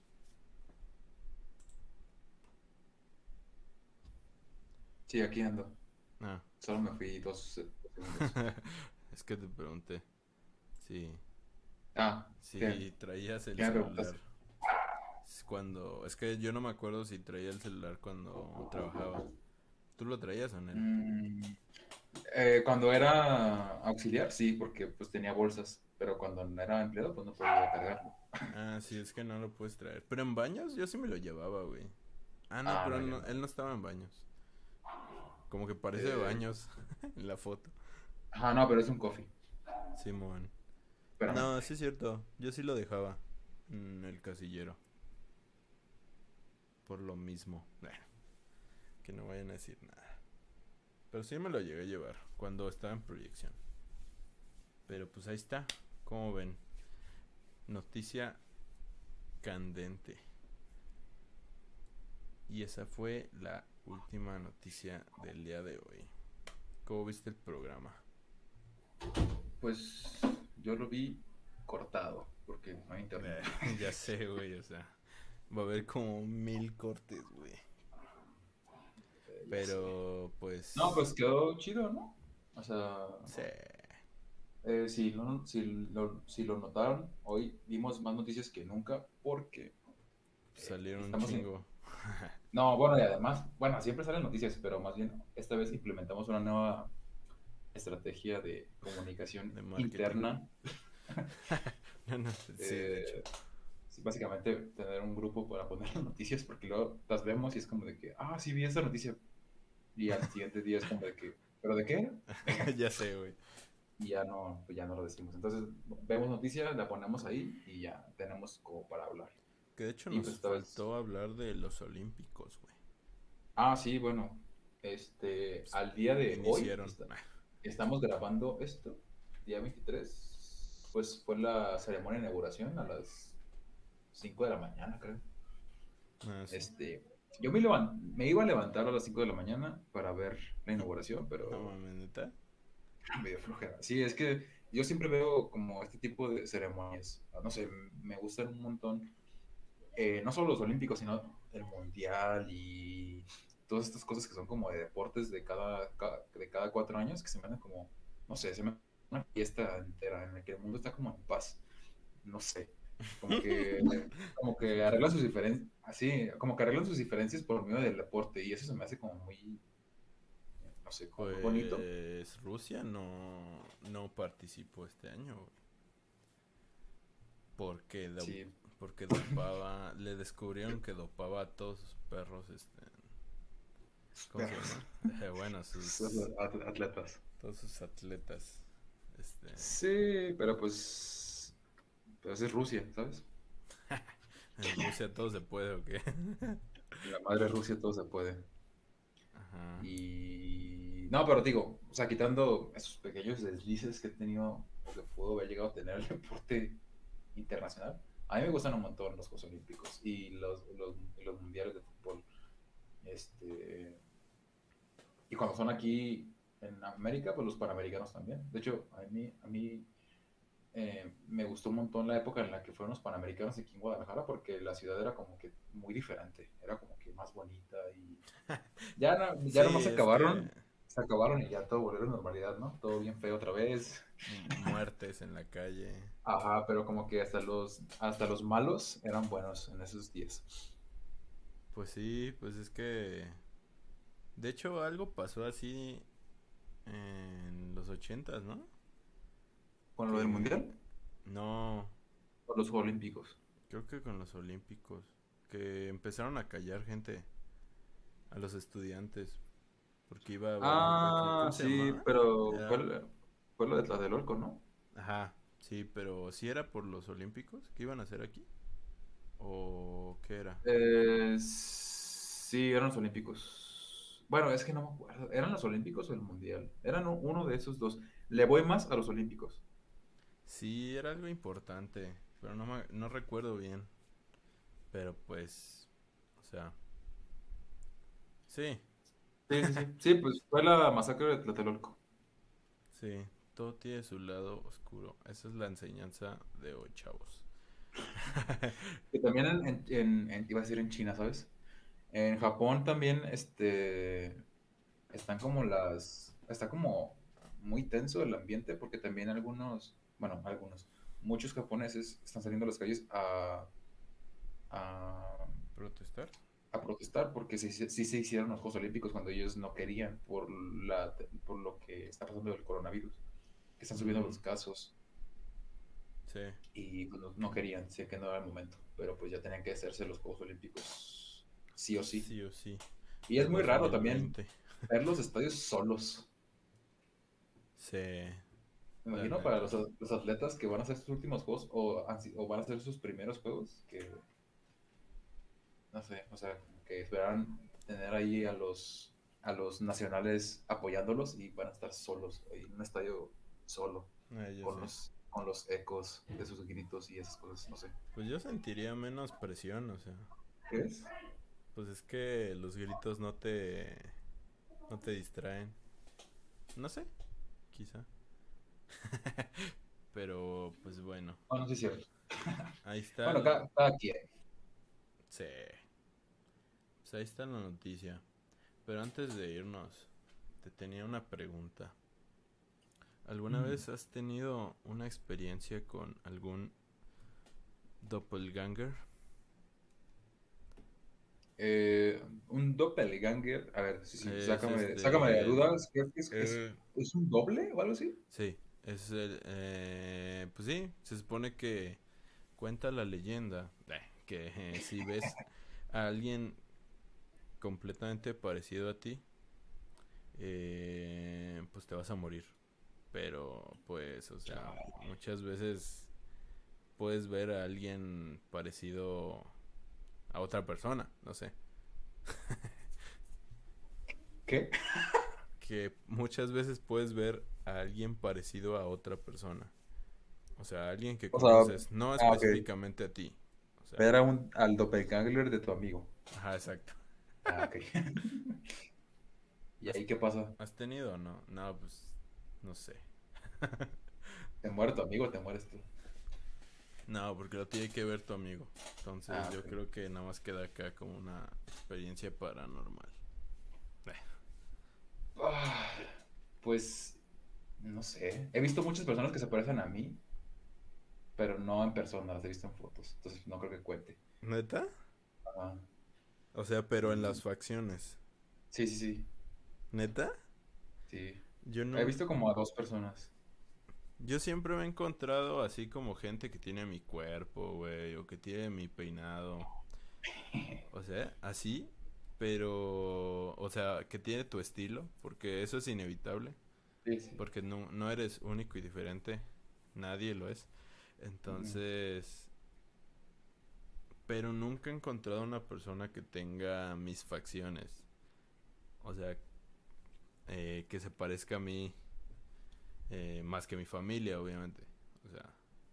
Sí, aquí ando. Ah. Solo me fui dos segundos. Es que te pregunté. Sí. Ah, Si ¿qué? traías el ¿Qué me celular. preguntaste? Es Cuando... Es que yo no me acuerdo si traía el celular cuando trabajaba. ¿Tú lo traías o no? Mm, eh, cuando era auxiliar, sí, porque pues tenía bolsas. Pero cuando no era empleado, pues no podía cargarlo. Ah, sí, es que no lo puedes traer. Pero en baños yo sí me lo llevaba, güey. Ah, no, Ah, pero no, él yo no, no. él no estaba en baños. Como que parece de Eh, baños en la foto. ajá, no, pero es un coffee. Simón. Espérame. No, sí es cierto. Yo sí lo dejaba en el casillero. Por lo mismo. Bueno, que no vayan a decir nada. Pero sí me lo llegué a llevar cuando estaba en proyección. Pero pues ahí está. ¿Cómo ven? Noticia candente. Y esa fue la última noticia del día de hoy. ¿Cómo viste el programa? Pues yo lo vi cortado, porque no hay internet. Eh, ya sé, güey, o sea, va a haber como mil cortes, güey. Eh, ya sé. Pero, pues... No, pues quedó chido, ¿no? O sea, Sí. eh, si, lo, si, lo, si lo notaron, hoy vimos más noticias que nunca porque eh, Salieron un estamos en... chingo. No, bueno, y además, bueno, siempre salen noticias, pero más bien esta vez implementamos una nueva estrategia de comunicación De marketing. interna. No, no, sí, de hecho. Eh, sí, básicamente tener un grupo para poner las noticias porque luego las vemos y es como de que, ah, sí vi esa noticia. Y al siguiente día es como de que, ¿pero de qué? Ya sé, güey. Y ya no, pues ya no lo decimos. Entonces vemos noticias, la ponemos ahí y ya tenemos como para hablar. Que de hecho Y nos pues esta vez, faltó hablar de los olímpicos, güey. ah, sí, bueno, este, al día de hoy Iniciaron. está- estamos grabando esto, día veintitrés, pues fue la ceremonia de inauguración a las cinco de la mañana, creo. Ah, sí. Este, yo me, levan- me iba a levantar a las cinco de la mañana para ver la inauguración, No pero mames, ¿neta? me dio flojera. Sí, es que yo siempre veo como este tipo de ceremonias, no sé, me gustan un montón, eh, no solo los olímpicos, sino el mundial y todas estas cosas que son como de deportes de cada, ca- de cada cuatro años, que se me hacen como, no sé, se me hace una fiesta entera en la que el mundo está como en paz, no sé, como que, como que arreglan sus diferencias, así, como que arreglan sus diferencias por medio del deporte y eso se me hace como muy, no sé, como muy bonito. Pues Rusia no, no participó este año, güey. Porque, do- Sí, porque dopaba, le descubrieron que dopaba a todos sus perros, este, ¿cómo se perros, llama? Eh, bueno, sus sus, at- atletas. todos sus atletas, este, Sí, pero pues, pues es Rusia, ¿sabes? en Rusia todo se puede, ¿o qué? En la madre Rusia todo se puede. Ajá. Y no, pero digo, o sea, quitando esos pequeños deslices que he tenido o que pudo haber llegado a tener el deporte internacional, a mí me gustan un montón los Juegos Olímpicos y los, los, y los mundiales de fútbol. Este, y cuando son aquí en América, pues los panamericanos también. De hecho, a mí, a mí eh, me gustó un montón la época en la que fueron los panamericanos aquí en Guadalajara porque la ciudad era como que muy diferente, era como que más bonita y ya, no, Sí, ya nomás se es que acabaron, se acabaron y ya todo volvió a la normalidad, ¿no? Todo bien feo otra vez. mu- muertes en la calle. Ajá, pero como que hasta los, hasta los malos eran buenos en esos días. Pues sí, pues es que, de hecho algo pasó así en los ochentas, ¿no? ¿Con lo del que... mundial? No, ¿O los Juegos Olímpicos? creo que con los olímpicos, que empezaron a callar gente, a los estudiantes, porque iba a haber algo aquí. Ah, ¿Cómo se sí, llamaba? pero fue, Era... el- fue lo de Tlatelolco, ¿no? Ajá, sí, pero ¿sí era por los olímpicos que iban a hacer aquí? ¿O qué era? Eh, sí, eran los Olímpicos. Bueno, es que no me acuerdo. ¿Eran los Olímpicos o el Mundial? Eran u- uno de esos dos. Le voy más a los Olímpicos. Sí, era algo importante, pero no, me- no recuerdo bien. Pero pues, o sea, sí, Sí, sí, sí. Sí, pues fue la masacre de Tlatelolco. sí, todo tiene su lado oscuro. Esa es la enseñanza de hoy, chavos. Que también en, en- en- en- iba a decir en China, ¿sabes? En Japón también, este, están como las, está como muy tenso el ambiente porque también algunos, bueno, algunos, muchos japoneses están saliendo a las calles a, a, ¿Protestar? a protestar porque sí, sí, sí se hicieron los Juegos Olímpicos cuando ellos no querían por la, por lo que está pasando del coronavirus, que están subiendo Mm, los casos sí, y pues, no, no querían, sé que no era el momento, pero pues ya tenían que hacerse los Juegos Olímpicos sí o sí. sí o sí. Y es El muy dos raro mil también veinte ver los estadios solos. Sí, Me la imagino para neta. los, los atletas que van a hacer sus últimos juegos o, han si- o van a hacer sus primeros juegos, que no sé, o sea, que esperan tener ahí a los, a los nacionales apoyándolos y van a estar solos, ahí en un estadio solo, Ah, yo con sé. los, con los ecos de sus gritos y esas cosas, no sé. Pues yo sentiría menos presión, o sea. ¿Crees? Pues es que los gritos no te... no te distraen. No sé, quizá. Pero, pues bueno. Bueno, sí es cierto. Ahí está Bueno, el... cada, cada quien. Sí. Pues ahí está la noticia. Pero antes de irnos, te tenía una pregunta. ¿Alguna Mm. vez has tenido una experiencia con algún doppelganger? Eh, un doppelganger, a ver, sí, sí, Es sácame, sácame de este... dudas, ¿qué es, es, eh, es un doble o algo así? sí, es el... eh, pues sí, se supone que cuenta la leyenda eh, que eh, si ves a alguien completamente parecido a ti, eh, pues te vas a morir. Pero pues, o sea, muchas veces puedes ver a alguien parecido a otra persona, no sé. ¿Qué? Que muchas veces puedes ver a alguien parecido a otra persona. O sea, alguien que O sea, conoces, no ah, ok. específicamente a ti. O sea, Ver a un, al doppelganger de tu amigo. ajá, exacto. Ah, ok. ¿Y ¿Has, ahí qué pasa? has tenido o no? No, pues, no sé. ¿Te muere tu amigo o te mueres tú? No, porque lo tiene que ver tu amigo. Entonces Ah, yo ok. creo que nada más queda acá como una experiencia paranormal. Eh, Ah, pues, no sé. He visto muchas personas que se parecen a mí, pero no en persona, las he visto en fotos. Entonces no creo que cuente. ¿Neta? Ah, O sea, pero en y... las facciones. Sí, sí, sí. ¿Neta? Sí. Yo He no... visto como a dos personas. Yo siempre me he encontrado así como gente que tiene mi cuerpo, güey, o que tiene mi peinado. O sea, así, pero... O sea, que tiene tu estilo, porque eso es inevitable. Sí, sí. Porque no, no eres único y diferente. Nadie lo es. Ujú. Entonces... Pero nunca he encontrado una persona que tenga mis facciones. O sea, eh, que se parezca a mí eh, más que mi familia, obviamente. O sea,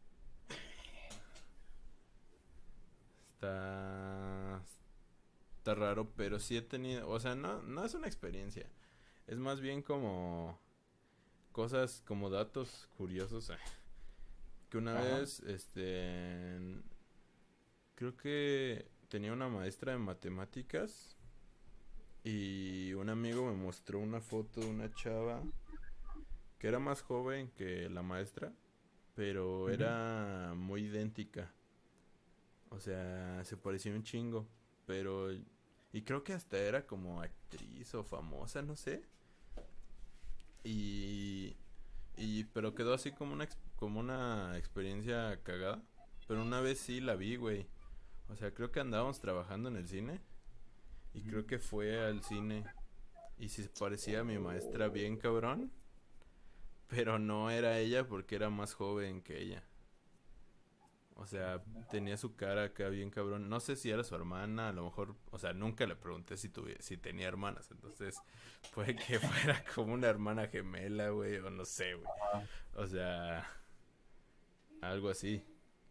está, está raro, pero sí he tenido, o sea, no, no es una experiencia. Es más bien como cosas, como datos curiosos. eh, Que una Ajá. vez, este, creo que tenía una maestra de matemáticas y un amigo me mostró una foto de una chava que era más joven que la maestra, pero Ujú. era muy idéntica. O sea, se parecía un chingo, pero... Y creo que hasta era como actriz o famosa, no sé. Y, Y, pero quedó así como una, ex- como una experiencia cagada. Pero una vez sí la vi, güey. O sea, creo que andábamos trabajando en el cine. Y creo que fue al cine. Y sí se parecía a mi maestra bien cabrón. Pero no era ella porque era más joven que ella. O sea, tenía su cara acá bien cabrón. No sé si era su hermana, a lo mejor, o sea, nunca le pregunté si tuvi- si tenía hermanas. Entonces, puede que fuera como una hermana gemela, güey, o no sé, güey. Ajá. O sea, algo así.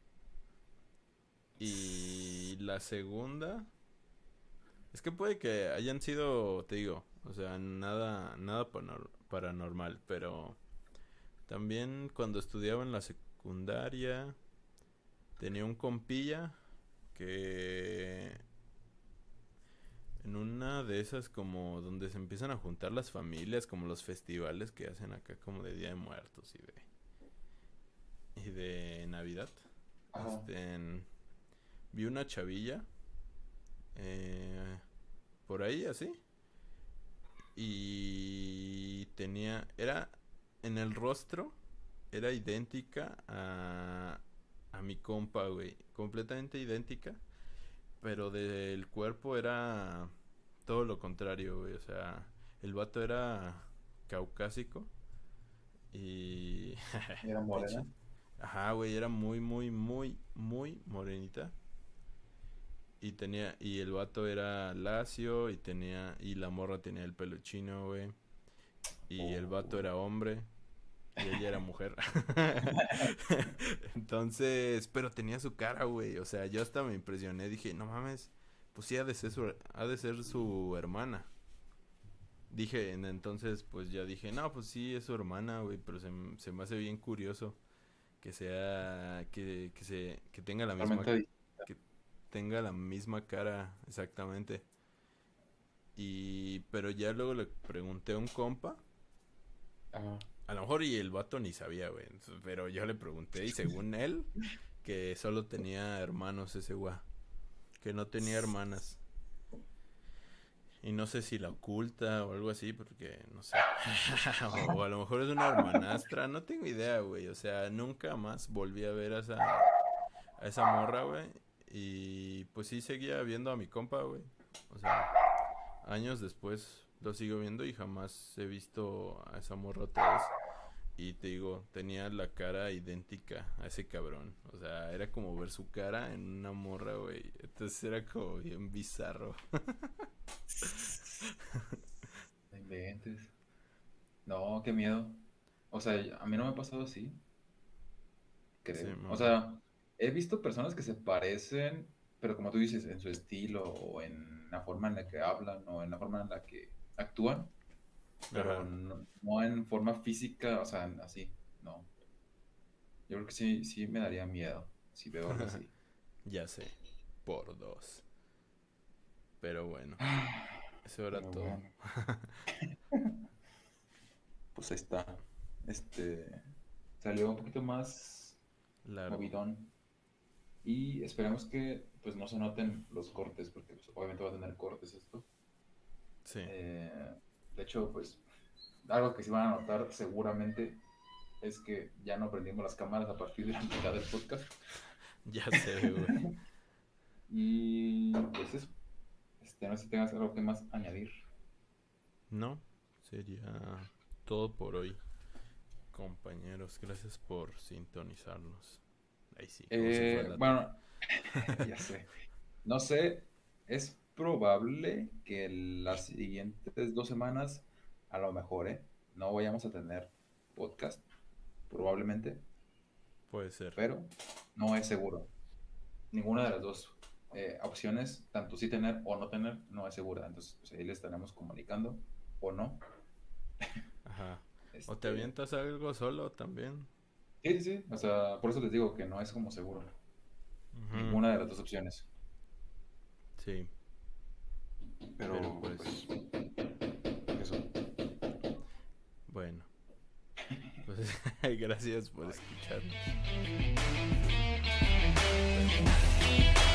Y la segunda, es que puede que hayan sido, te digo, o sea, nada, nada panor- paranormal, pero también cuando estudiaba en la secundaria tenía un compilla que en una de esas como donde se empiezan a juntar las familias, como los festivales que hacen acá como de Día de Muertos y de y de Navidad. Ajá. Este, en- vi una chavilla eh, por ahí así y tenía era en el rostro era idéntica a a mi compa, güey, completamente idéntica. Pero del cuerpo era todo lo contrario, güey. O sea, el vato era caucásico y... Era pinche- morena. Ajá, güey, era muy, muy, muy, muy morenita. Y tenía... Y el vato era lacio y tenía... Y la morra tenía el pelo chino, güey. Y el vato era hombre. Y ella era mujer. Entonces, pero tenía su cara, güey. O sea, yo hasta me impresioné. Dije, no mames, pues sí ha de ser su, ha de ser su hermana. Dije, en- entonces, pues ya dije, no, pues sí es su hermana, güey. Pero se, m- se me hace bien curioso que sea, que, que se, que tenga la misma, Totalmente distinta. que tenga la misma cara, exactamente. Y, pero ya luego le pregunté a un compa. Ajá. A lo mejor y el vato ni sabía, güey. Pero yo le pregunté y según él, que solo tenía hermanos ese güey. Que no tenía hermanas. Y no sé si la oculta o algo así, porque no sé. O a lo mejor es una hermanastra, no tengo idea, güey. O sea, nunca más volví a ver a esa, a esa morra, güey. Y pues sí seguía viendo a mi compa, güey. O sea, años después lo sigo viendo y jamás he visto a esa morra otra vez. Y te digo, tenía la cara idéntica a ese cabrón. O sea, era como ver su cara en una morra, güey. Entonces era como bien bizarro. No inventes. No, qué miedo. O sea, a mí no me ha pasado así, Sí, creo. O mamá. sea, he visto personas que se parecen, pero como tú dices, en su estilo o en la forma en la que hablan o en la forma en la que actúan, pero Ajá, no, no en forma física, o sea, así, no. Yo creo que sí, sí me daría miedo si veo algo así. ya sé. Por dos. Pero bueno, eso era Pero todo. bueno, pues ahí está. Este salió un poquito más Largo. movidón y esperemos que pues no se noten los cortes porque pues, obviamente va a tener cortes esto. Sí, Eh, de hecho, pues algo que sí van a notar seguramente es que ya no prendimos las cámaras a partir de la mitad del podcast. ya sé, güey. Y pues eso. Este, no sé si tengas algo que más añadir. No, sería todo por hoy, compañeros. Gracias por sintonizarnos. Ahí sí, como si fuera Eh, la tele. bueno, ya sé. No sé, es probable que las siguientes dos semanas, a lo mejor, ¿eh? No vayamos a tener podcast, probablemente, Puede ser. pero no es seguro. Ninguna de las dos eh, opciones, tanto sí tener o no tener, no es segura. Entonces, pues, ahí le estaremos comunicando o no. Ajá. ¿O te Este, avientas algo solo también? sí, sí, sí. O sea, por eso les digo que no es como seguro. Ujú. Ninguna de las dos opciones. Sí, Pero, pero pues, pues, eso. bueno. Pues gracias por escuchar.